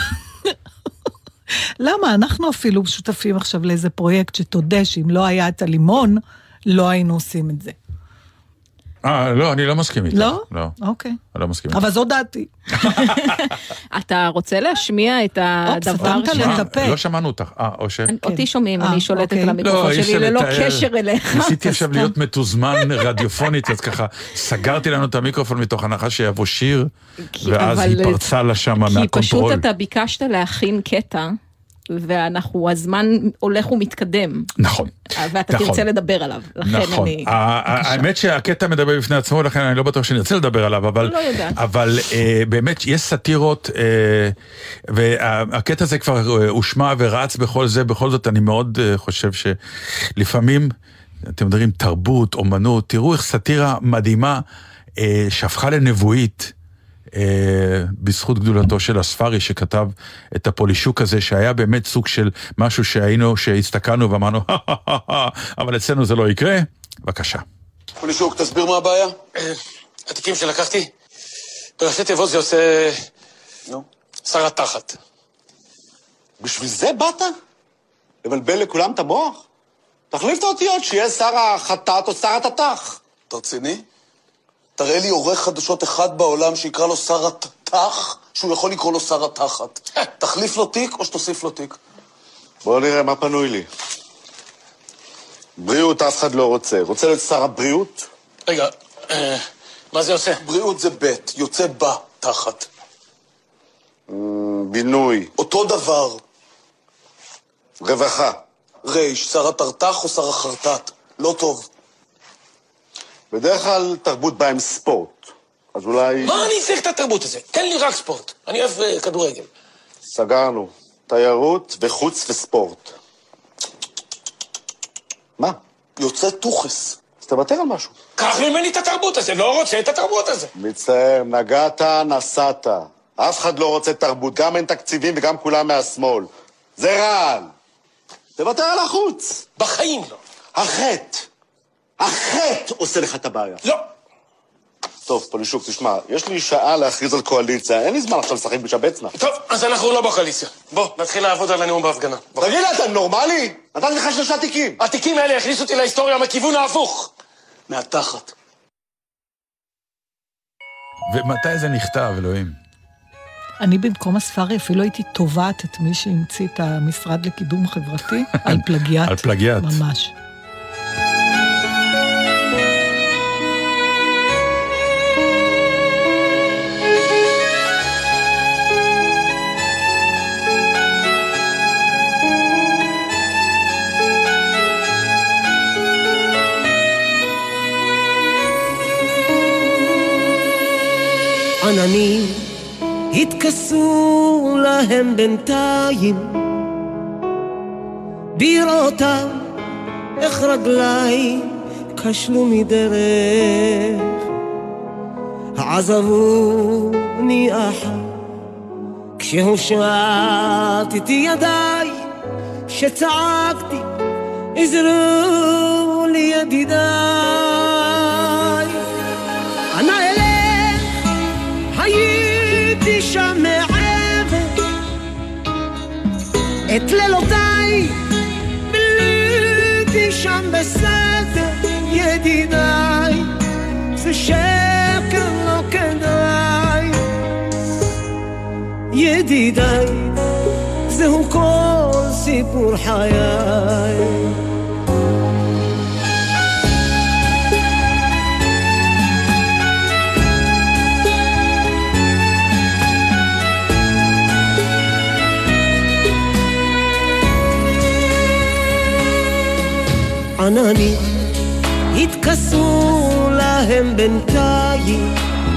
למה? אנחנו אפילו שותפים עכשיו לאיזה פרויקט שתודה שאם לא היה את הלימון, לא היינו עושים את זה. לא, אני לא מסכים איתה. לא? לא. אוקיי. אני לא מסכים איתה. אבל זו דעתי. אתה רוצה להשמיע את הדבר לא שמענו אותך. או ש... אותי שומעים, אני שולטת על המיקרופון שלי ללא קשר אליך. ניסיתי עכשיו להיות מתוזמן רדיופונית, אז ככה סגרתי לנו את המיקרופון מתוך הנחה שיבוא שיר, ואז היא פרצה לה שם מהקונטרול. כי פשוט אתה ביקשת להכין קטע, ואנחנו, הזמן הולך ומתקדם. נכון. ואתה תרצה לדבר עליו, לכן אני... האמת שהקטע מדבר בפני עצמו, לכן אני לא בטוח שנרצה לדבר עליו, אבל באמת יש סאטירות, והקטע הזה כבר הושמע ורץ בכל זה, בכל זאת אני מאוד חושב שלפעמים, אתם מדברים תרבות, אומנות, תראו איך סאטירה מדהימה, שהפכה לנבואית, בזכות גדולתו של הספרי שכתב את הפולישוק הזה, שהיה באמת סוג של משהו שהסתכלנו ואמרנו, אבל אצלנו זה לא יקרה. בבקשה. פולישוק, תסביר מה הבעיה. התיקים שלקחתי, בראשי תיבות זה עושה... נו? שר התחת. בשביל זה באת? לבלבל לכולם את המוח? תחליף את האותיות, שיהיה שר החטאת או שר התתח. אתה רציני? תראה לי עורך חדשות אחד בעולם שיקרא לו שר התתח, שהוא יכול לקרוא לו שר התחת. תחליף לו תיק או שתוסיף לו תיק. בואו נראה מה פנוי לי. בריאות אף אחד לא רוצה. רוצה להיות שר הבריאות? רגע, מה זה עושה? בריאות זה בית, יוצא בה תחת. בינוי. אותו דבר. רווחה. ריש, שר התרתח או שר החרטט? לא טוב. בדרך כלל תרבות באה עם ספורט, אז אולי... מה אני צריך את התרבות הזה? תן לי רק ספורט. אני אוהב כדורגל. סגרנו. תיירות וחוץ וספורט. מה? יוצא תוכס. אז תוותר על משהו. קח ממני את התרבות הזה, לא רוצה את התרבות הזה. מצטער, נגעת, נסעת. אף אחד לא רוצה תרבות, גם אין תקציבים וגם כולם מהשמאל. זה רעל. תוותר על החוץ. בחיים לא. החטא עושה לך את הבעיה. לא. טוב, פולישוק, תשמע, יש לי שעה להכריז על קואליציה, אין לי זמן עכשיו לשחק בשבצנה. טוב, אז אנחנו לא בקואליציה. בוא, נתחיל לעבוד על הנאום בהפגנה. תגיד לי, אתה נורמלי? נתתי לך 3 תיקים. התיקים האלה הכניסו אותי להיסטוריה מכיוון ההפוך. מהתחת. ומתי זה נכתב, אלוהים? אני במקום הספרי אפילו הייתי תובעת את מי שהמציא את המשרד לקידום חברתי על פלגיאט. על פלגיאט. ממש. עננים התכסו להם בינתיים בראותם איך רגליי כשלו מדרך עזבוני אחת כשהושטתי ידיי שצעקתי עזרו לי ידידיי אנא אלך הייתי שם מעבר את לילותיי ביליתי שם בסתר ידידיי זה שקר לא כדאי ידידיי זהו כל סיפור חיי עננים התכסו להם בינתיים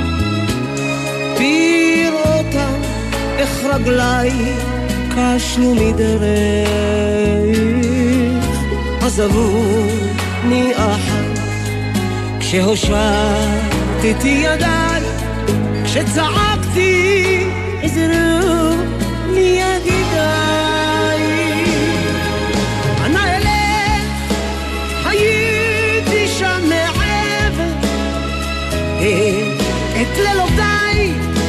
בראותם איך רגליי כשלו מדרך עזבוני אחת כשהושטתי ידיי כשצעקתי עזרו לי ידידיי אנא אלך הייתי שם מעבר את לילותיי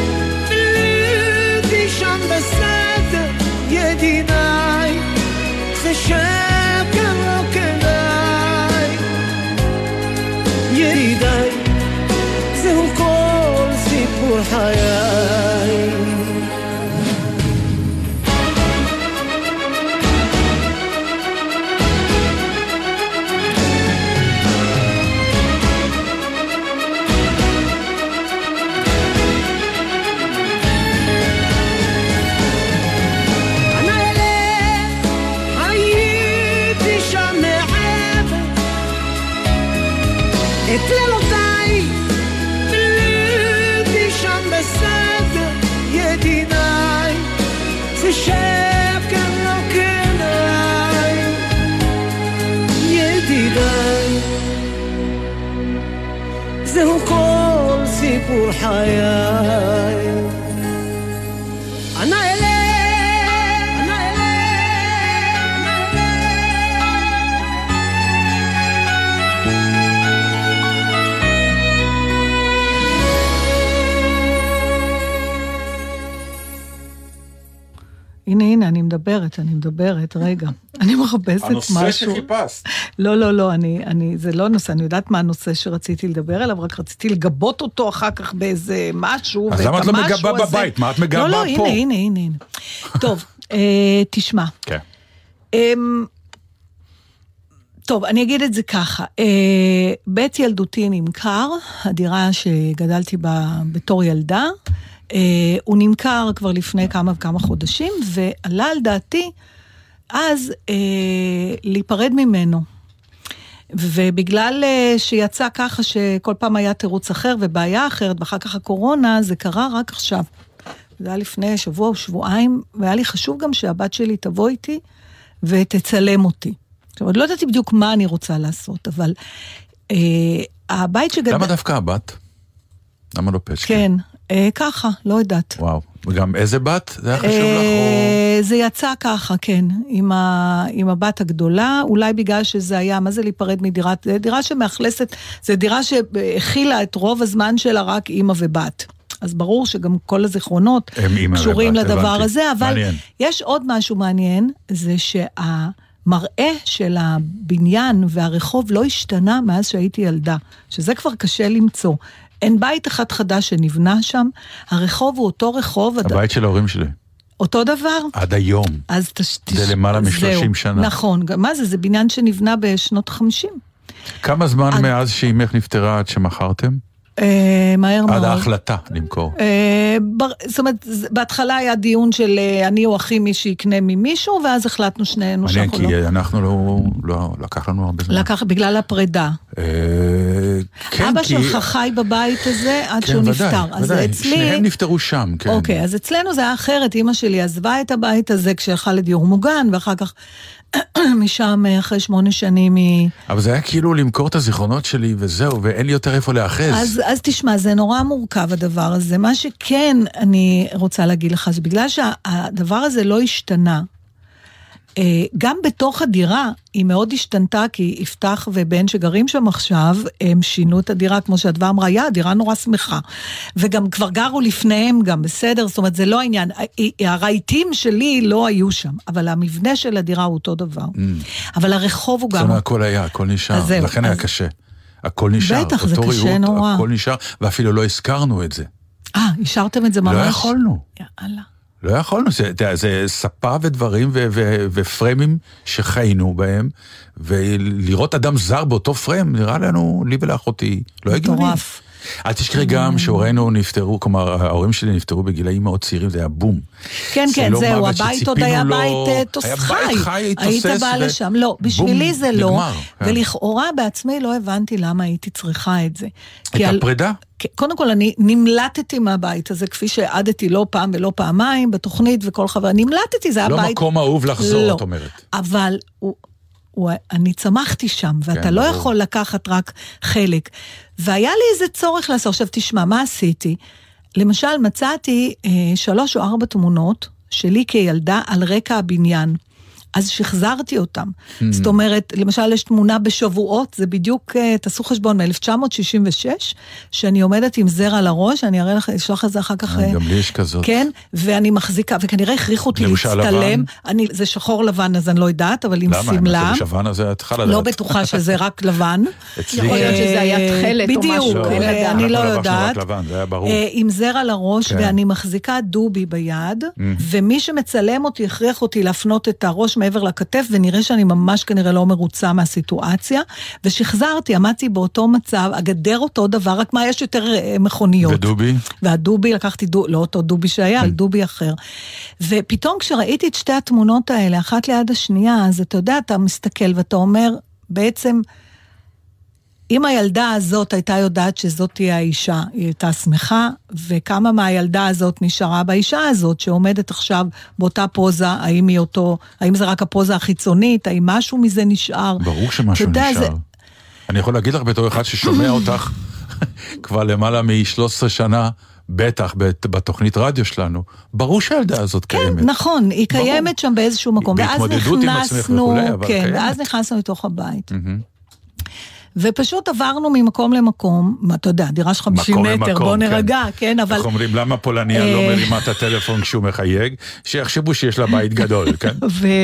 ביליתי שם בסתר ידידיי זה שקר לא כדאי ידידיי זהו כל סיפור חיי אנא אלך סיפור חיי. ענה אלה הנה, אני מדברת, רגע. אני מחפשת משהו. הנושא שחיפשת. לא, זה לא נושא, אני יודעת מה הנושא שרציתי לדבר עליו, רק רציתי לגבות אותו אחר כך באיזה משהו. אז למה את לא מגבה בבית? מה את מגבה פה? לא, הנה. טוב, תשמע. כן. טוב, אני אגיד את זה ככה. בית ילדותי נמכר, הדירה שגדלתי בה בתור ילדה, הוא נמכר כבר לפני כמה חודשים, ועלה על דעתי אז להיפרד ממנו. ובגלל שיצא ככה שכל פעם היה תירוץ אחר ובעיה אחרת, ואחר כך הקורונה, זה קרה רק עכשיו. זה היה לפני שבוע או שבועיים, והיה לי חשוב גם שהבת שלי תבוא איתי ותצלם אותי. עכשיו, עוד לא ידעתי בדיוק מה אני רוצה לעשות, אבל הבית שגדל... למה דווקא הבת? למה לא פשקה? כן. ככה, לא יודעת. וואו, וגם איזה בת? זה היה חשוב לך או... זה יצא ככה, כן, עם הבת הגדולה, אולי בגלל שזה היה, מה זה להיפרד מדירה? זה דירה שמאכלסת, זה דירה שהכילה את רוב הזמן שלה רק אמא ובת. אז ברור שגם כל הזיכרונות קשורים לדבר הזה, אבל יש עוד משהו מעניין, זה שהמראה של הבניין והרחוב לא השתנה מאז שהייתי ילדה, שזה כבר קשה למצוא. אין בית אחד חדש שנבנה שם, הרחוב הוא אותו רחוב. הבית של ההורים שלי. אותו דבר? עד היום. אז זה למעלה מ-30 שנה. נכון, מה זה? זה בניין שנבנה בשנות ה-50. כמה זמן מאז שאימך נפטרה עד שמכרתם? מהר מאוד. עד ההחלטה למכור. זאת אומרת, בהתחלה היה דיון של אני או אחי מי שיקנה ממישהו, ואז החלטנו שנינו שאנחנו לא. מעניין, כי אנחנו לא, לקח לנו הרבה זמן. לקח בגלל הפרידה. אבא שלך חי בבית הזה עד שהוא נפטר. ודאי, שניהם נפטרו שם. אוקיי, אז אצלנו זה היה אחרת, אמא שלי עזבה את הבית הזה כשהלכה לדיור מוגן, ואחר כך משם אחרי 8 שנים אבל זה היה כאילו למכור את הזיכרונות שלי וזהו, ואין לי יותר איפה לאחז. אז תשמע, זה נורא מורכב הדבר הזה. מה שכן אני רוצה להגיד לך, זה בגלל שהדבר הזה לא השתנה. גם בתוך הדירה היא מאוד השתנתה, כי יפתח ובן שגרים שם עכשיו, הם שינו את הדירה, כמו שהדבר אמרה, הדירה נורא שמחה. וגם כבר גרו לפניהם גם, בסדר? זאת אומרת, זה לא העניין. הרהיטים שלי לא היו שם, אבל המבנה של הדירה הוא אותו דבר. אבל הרחוב הוא גם... זאת אומרת, הכל היה, הכל נשאר, לכן היה קשה. הכל נשאר. בטח, זה קשה נורא. הכל נשאר, ואפילו לא הזכרנו את זה. השארתם את זה ממש? לא יכולנו. יאללה. לא יכולנו, זה ספה ודברים ופרמים שחיינו בהם, ולראות אדם זר באותו פרם, נראה לנו, לי ולאחותי, לא הגיוני. מטורף. אל תשכחי גם שהורינו נפטרו, כלומר, ההורים שלי נפטרו בגילאים מאוד צעירים, זה היה בום. כן, זהו, הבית עוד היה בית חי, היית בא לשם. לא, בשבילי זה לא, ולכאורה בעצמי לא הבנתי למה הייתי צריכה את זה. הייתה פרידה? קודם כל, אני נמלטתי מהבית הזה, כפי שעדתי לא פעם ולא פעמיים, בתוכנית וכל חבר, נמלטתי, זה הבית... לא מקום אהוב לחזור, את אומרת. אבל אני צמחתי שם, ואתה לא יכול לקחת רק חלק. והיה לי איזה צורך לעשות. עכשיו תשמע, מה עשיתי? למשל, מצאתי 3 או 4 תמונות שלי כילדה על רקע הבניין. אז שחזרתי אותם. זאת אומרת, למשל, יש תמונה בשבועות, זה בדיוק, תעשו חשבון, מ-1966, שאני עומדת עם זר על הראש, אני אראה לך, אשלח את זה אחר כך. גם לי יש כזאת. כן, ואני מחזיקה, וכנראה הכריחו אותי להצטלם. זה שחור לבן, אז אני לא יודעת, אבל עם סמלה. למה? זה לבן, אז את צריכה לדעת. לא בטוחה שזה רק לבן. יכול להיות שזה היה תחלת או משהו. בדיוק, אני לא יודעת. עם זר על הראש, ואני מחזיקה דובי ביד, ומי שמצלם אותי, הכריח אותי להפנות את הראש מעבר לכתף, ונראה שאני ממש כנראה לא מרוצה מהסיטואציה, ושחזרתי, עמדתי באותו מצב, הגדר אותו דבר, רק מה יש יותר מכוניות. ודובי? והדובי, לקחתי לא אותו דובי שהיה, על דובי אחר. ופתאום כשראיתי את שתי התמונות האלה, אחת ליד השנייה, אז אתה יודע, אתה מסתכל ואתה אומר, בעצם, אם הילדה הזאת הייתה יודעת שזאת תהיה האישה, היא הייתה שמחה, וכמה מהילדה הזאת נשארה באישה הזאת, שעומדת עכשיו באותה פוזה, האם זה רק הפוזה החיצונית, האם משהו מזה נשאר? ברור שמשהו נשאר. אני יכול להגיד לך בתור אחד ששומע אותך, כבר למעלה מ-13 שנה, בטח בתוכנית רדיו שלנו, ברור שהילדה הזאת קיימת. כן, נכון, היא קיימת שם באיזשהו מקום. בהתמודדות עם עצמך וכולי, אבל קיימת. ואז נכנסנו לתוך הבית. ופשוט עברנו ממקום למקום, אתה יודע, דירה של 50 מטר, בוא נרגע, כן, אבל... איך אומרים, למה פולניה לא מרימה את הטלפון כשהוא מחייג? שיחשבו שיש לה בית גדול, כן?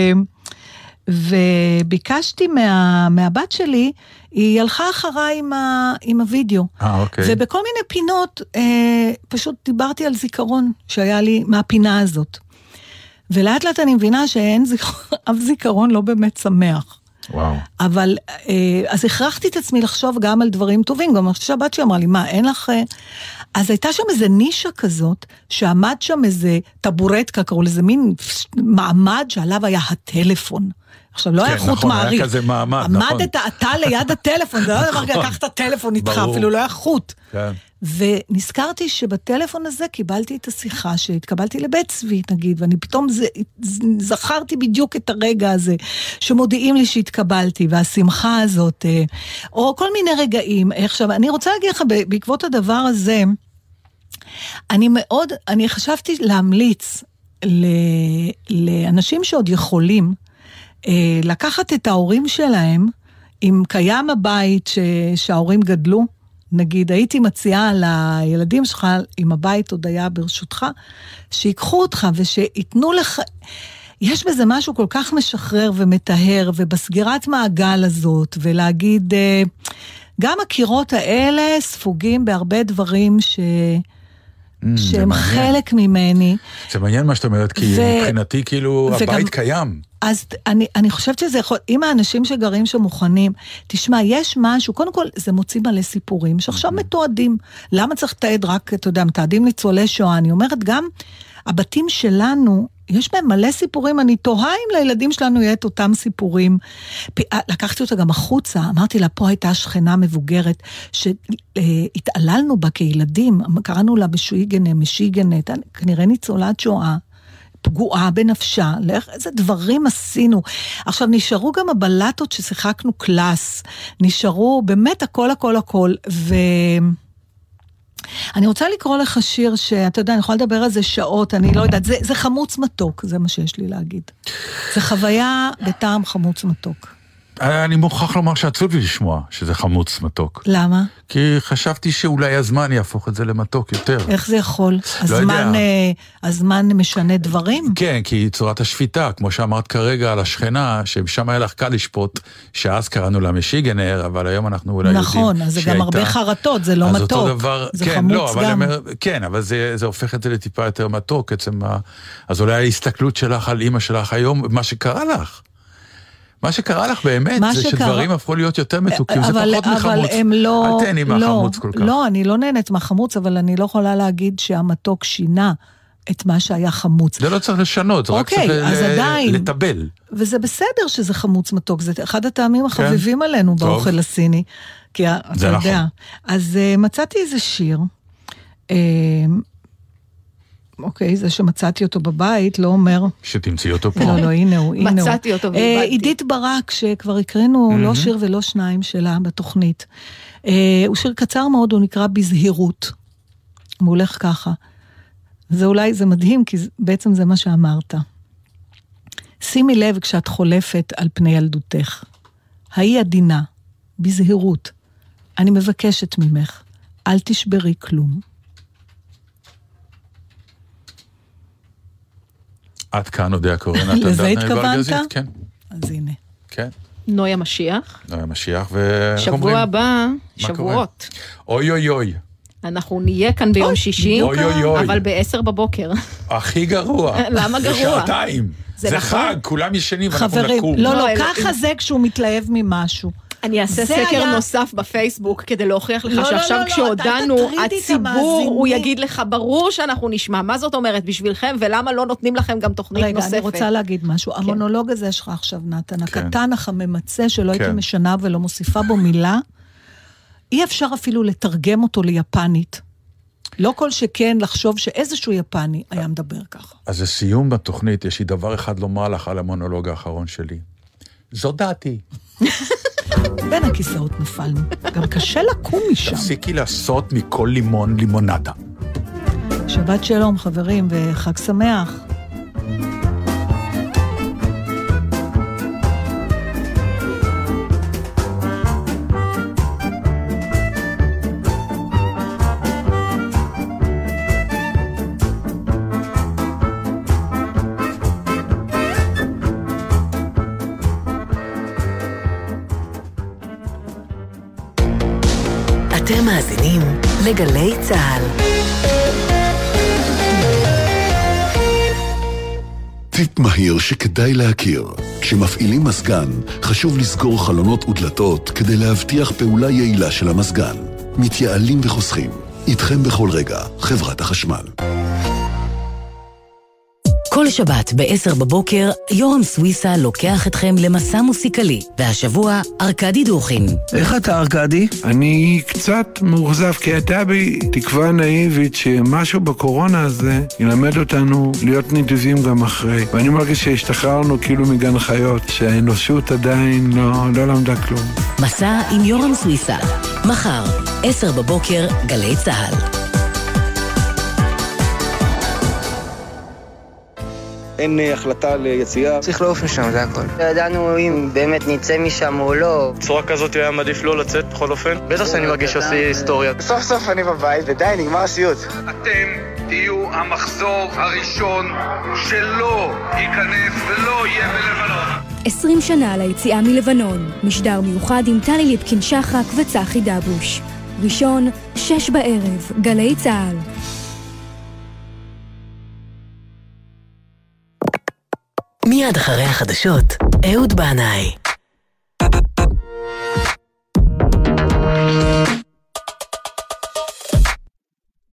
וביקשתי מהבת שלי, היא הלכה אחריי עם הוידאו. אוקיי. ובכל מיני פינות, פשוט דיברתי על זיכרון שהיה לי מהפינה הזאת. ולאט לאט אני מבינה שאין אף זיכרון לא באמת שמח. וואו. אבל, אז הכרחתי את עצמי לחשוב גם על דברים טובים, גם שהבת שלי אמרה לי, מה, אין לך... אז הייתה שם איזה נישה כזאת, שעמד שם איזה טבורטקה, קראו לזה מין מעמד שעליו היה הטלפון. עכשיו, לא היה חוט מעריך. היה כזה מעמד, נכון. עמדת אתה ליד הטלפון, זה לא דבר ככה, לקחת הטלפון איתך, אפילו לא היה חוט. כן. ונזכרתי שבטלפון הזה קיבלתי את השיחה שהתקבלתי לבית צבי, נגיד, ואני פתאום זכרתי בדיוק את הרגע הזה, שמודיעים לי שהתקבלתי, והשמחה הזאת, או כל מיני רגעים. עכשיו, אני רוצה להגיד לך, בעקבות הדבר הזה, אני חשבתי להמליץ לאנשים שעוד יכולים, לקחת את ההורים שלהם, אם קיים הבית שההורים גדלו, נגיד, הייתי מציעה לילדים שלך, אם הבית עוד היה ברשותך, שיקחו אותך ושיתנו לך, יש בזה משהו כל כך משחרר ומטהר, ובסגירת מעגל הזאת, ולהגיד, גם הקירות האלה ספוגים בהרבה דברים שהם חלק ממני. זה מעניין מה שאת אומרת, כי מבחינתי כאילו הבית קיים. אז אני חושבת שזה יכול, אם האנשים שגרים שמוכנים, תשמע, יש משהו, קודם כל זה מוציא מלא סיפורים, שעכשיו מתועדים. למה צריך לתעד רק, אתה יודע, מתעדים ניצולי שואה? אני אומרת, גם הבתים שלנו, יש בהם מלא סיפורים, אני תוהה אם לילדים שלנו יהיה את אותם סיפורים. לקחתי אותה גם החוצה, אמרתי לה, פה הייתה שכנה מבוגרת, שהתעללנו בה כילדים, קראנו לה משיגנת, כנראה ניצולת שואה, פגועה בנפשה, איזה דברים עשינו. עכשיו, נשארו גם הבלטות ששיחקנו קלאס, נשארו באמת הכל, אני רוצה לקרוא לך שיר שאתה יודע, אני יכולה לדבר על זה שעות, אני לא יודעת, זה חמוץ מתוק, זה מה שיש לי להגיד. זה חוויה בטעם חמוץ מתוק. אני מוכרח לומר שעצוב לי לשמוע שזה חמוץ מתוק. למה? כי חשבתי שאולי הזמן יהפוך את זה למתוק יותר. איך זה יכול? הזמן משנה דברים? כן, כי צורת השפיטה, כמו שאמרת כרגע על השכנה, ששם היה לך קל לשפוט, שאז קראנו לה משיגנר, אבל היום אנחנו אולי יודעים שהייתה... נכון, אז זה גם הרבה חרטות, זה לא מתוק. אז אותו דבר, זה כן, חמוץ לא, גם. כן, אבל זה הופך את זה לטיפה יותר מתוק, אז אולי ההסתכלות שלך על אמא שלך היום, מה שקרה לך. מה שקרה לך באמת, זה שדברים הפכו להיות יותר מתוקים, זה פחות מחמוץ. אל תהני מהחמוץ כל כך. לא, אני לא נהנית מהחמוץ, אבל אני לא יכולה להגיד שהמתוק שינה את מה שהיה חמוץ. זה לא צריך לשנות, זה רק צריך לטבל. וזה בסדר שזה חמוץ מתוק, זה אחד הטעמים החביבים עלינו באוכל הסיני. כי אתה יודע. אז מצאתי איזה שיר, אוקיי, זה שמצאתי אותו בבית, לא אומר... שתמצאי אותו פה. לא, הנה הוא. מצאתי אותו ובאתי. עידית ברק, שכבר הקראנו לא שיר ולא שניים שלה בתוכנית. הוא שיר קצר מאוד, הוא נקרא בזהירות. הוא הולך ככה. זה אולי, זה מדהים, כי בעצם זה מה שאמרת. שימי לב כשאת חולפת על פני ילדותך. היי עדינה, בזהירות. אני מבקשת ממך, אל תשברי כלום. עד כאן עוד הקורן. לזה התכוונת? כן. אז הנה. כן. נויה משיח. נויה משיח, שבוע הבא, שבועות. אוי אוי אוי. אנחנו נהיה כאן ביום שישי, אבל ב-10 בבוקר. הכי גרוע. למה גרוע? שעתיים. זה חג, כולם ישנים ואנחנו נקום. חברים, לא, ככה זה כשהוא מתלהב ממשהו. אני אעשה סקר נוסף בפייסבוק, כדי להוכיח לך שעכשיו כשהודענו, הציבור, הוא יגיד לך, ברור שאנחנו נשמע. מה זאת אומרת בשבילכם, ולמה לא נותנים לכם גם תוכנית נוספת? רגע, אני רוצה להגיד משהו. המונולוג הזה שלך עכשיו, נתן, הקטן, החממצה, שלא הייתי משנה ולא מוסיפה בו מילה, אי אפשר אפילו לתרגם אותו ליפנית. לא כל שכן לחשוב שאיזשהו יפני היה מדבר ככה. אז לסיום בתוכנית, יש לי דבר אחד לומר לך על המונולוג האחרון שלי. זו דעתי. בין הכיסאות נפלנו. גם קשה לקום משם. תפסיקי לעשות מכל לימון לימונדה. שבת שלום חברים וחג שמח. אתם מאזינים לגלי צהל. טיפ מהיר שכדאי להכיר. כשמפעילים מזגן, חשוב לסגור חלונות ודלתות כדי להבטיח פעולה יעילה של המזגן. מתייעלים וחוסכים. איתכם בכל רגע, חברת החשמל. כל שבת ב-10 בבוקר, יורם סוויסה לוקח אתכם למסע מוסיקלי, והשבוע ארקדי דוכין. איך אתה ארקדי? אני קצת מאוכזב, כי הייתה בי תקווה נאיבית שמשהו בקורונה הזה ילמד אותנו להיות נדיבים גם אחרי. ואני מרגיש שהשתחררנו כאילו מגן חיות, שהאנושות עדיין לא למדה כלום. מסע עם יורם סוויסה, מחר, 10 בבוקר, גלי צהל. אין החלטה ליציאה. צריך לעוף משם, זה הכל. ידענו אם באמת נצא משם או לא. בצורה כזאת היה מעדיף לא לצאת בכל אופן. בטח שאני מרגיש שעושה היסטוריה. סוף סוף אני בבית ודי, נגמר הסיוט. אתם תהיו המחזור הראשון שלא ייכנס ולא יהיה בלבנון. 20 שנה ליציאה מלבנון. משדר מיוחד עם טלי ליפקין שחק וצחי דבוש. ראשון, 6 בערב, גלי צהל. מיד אחרי החדשות, אהוד בנאי.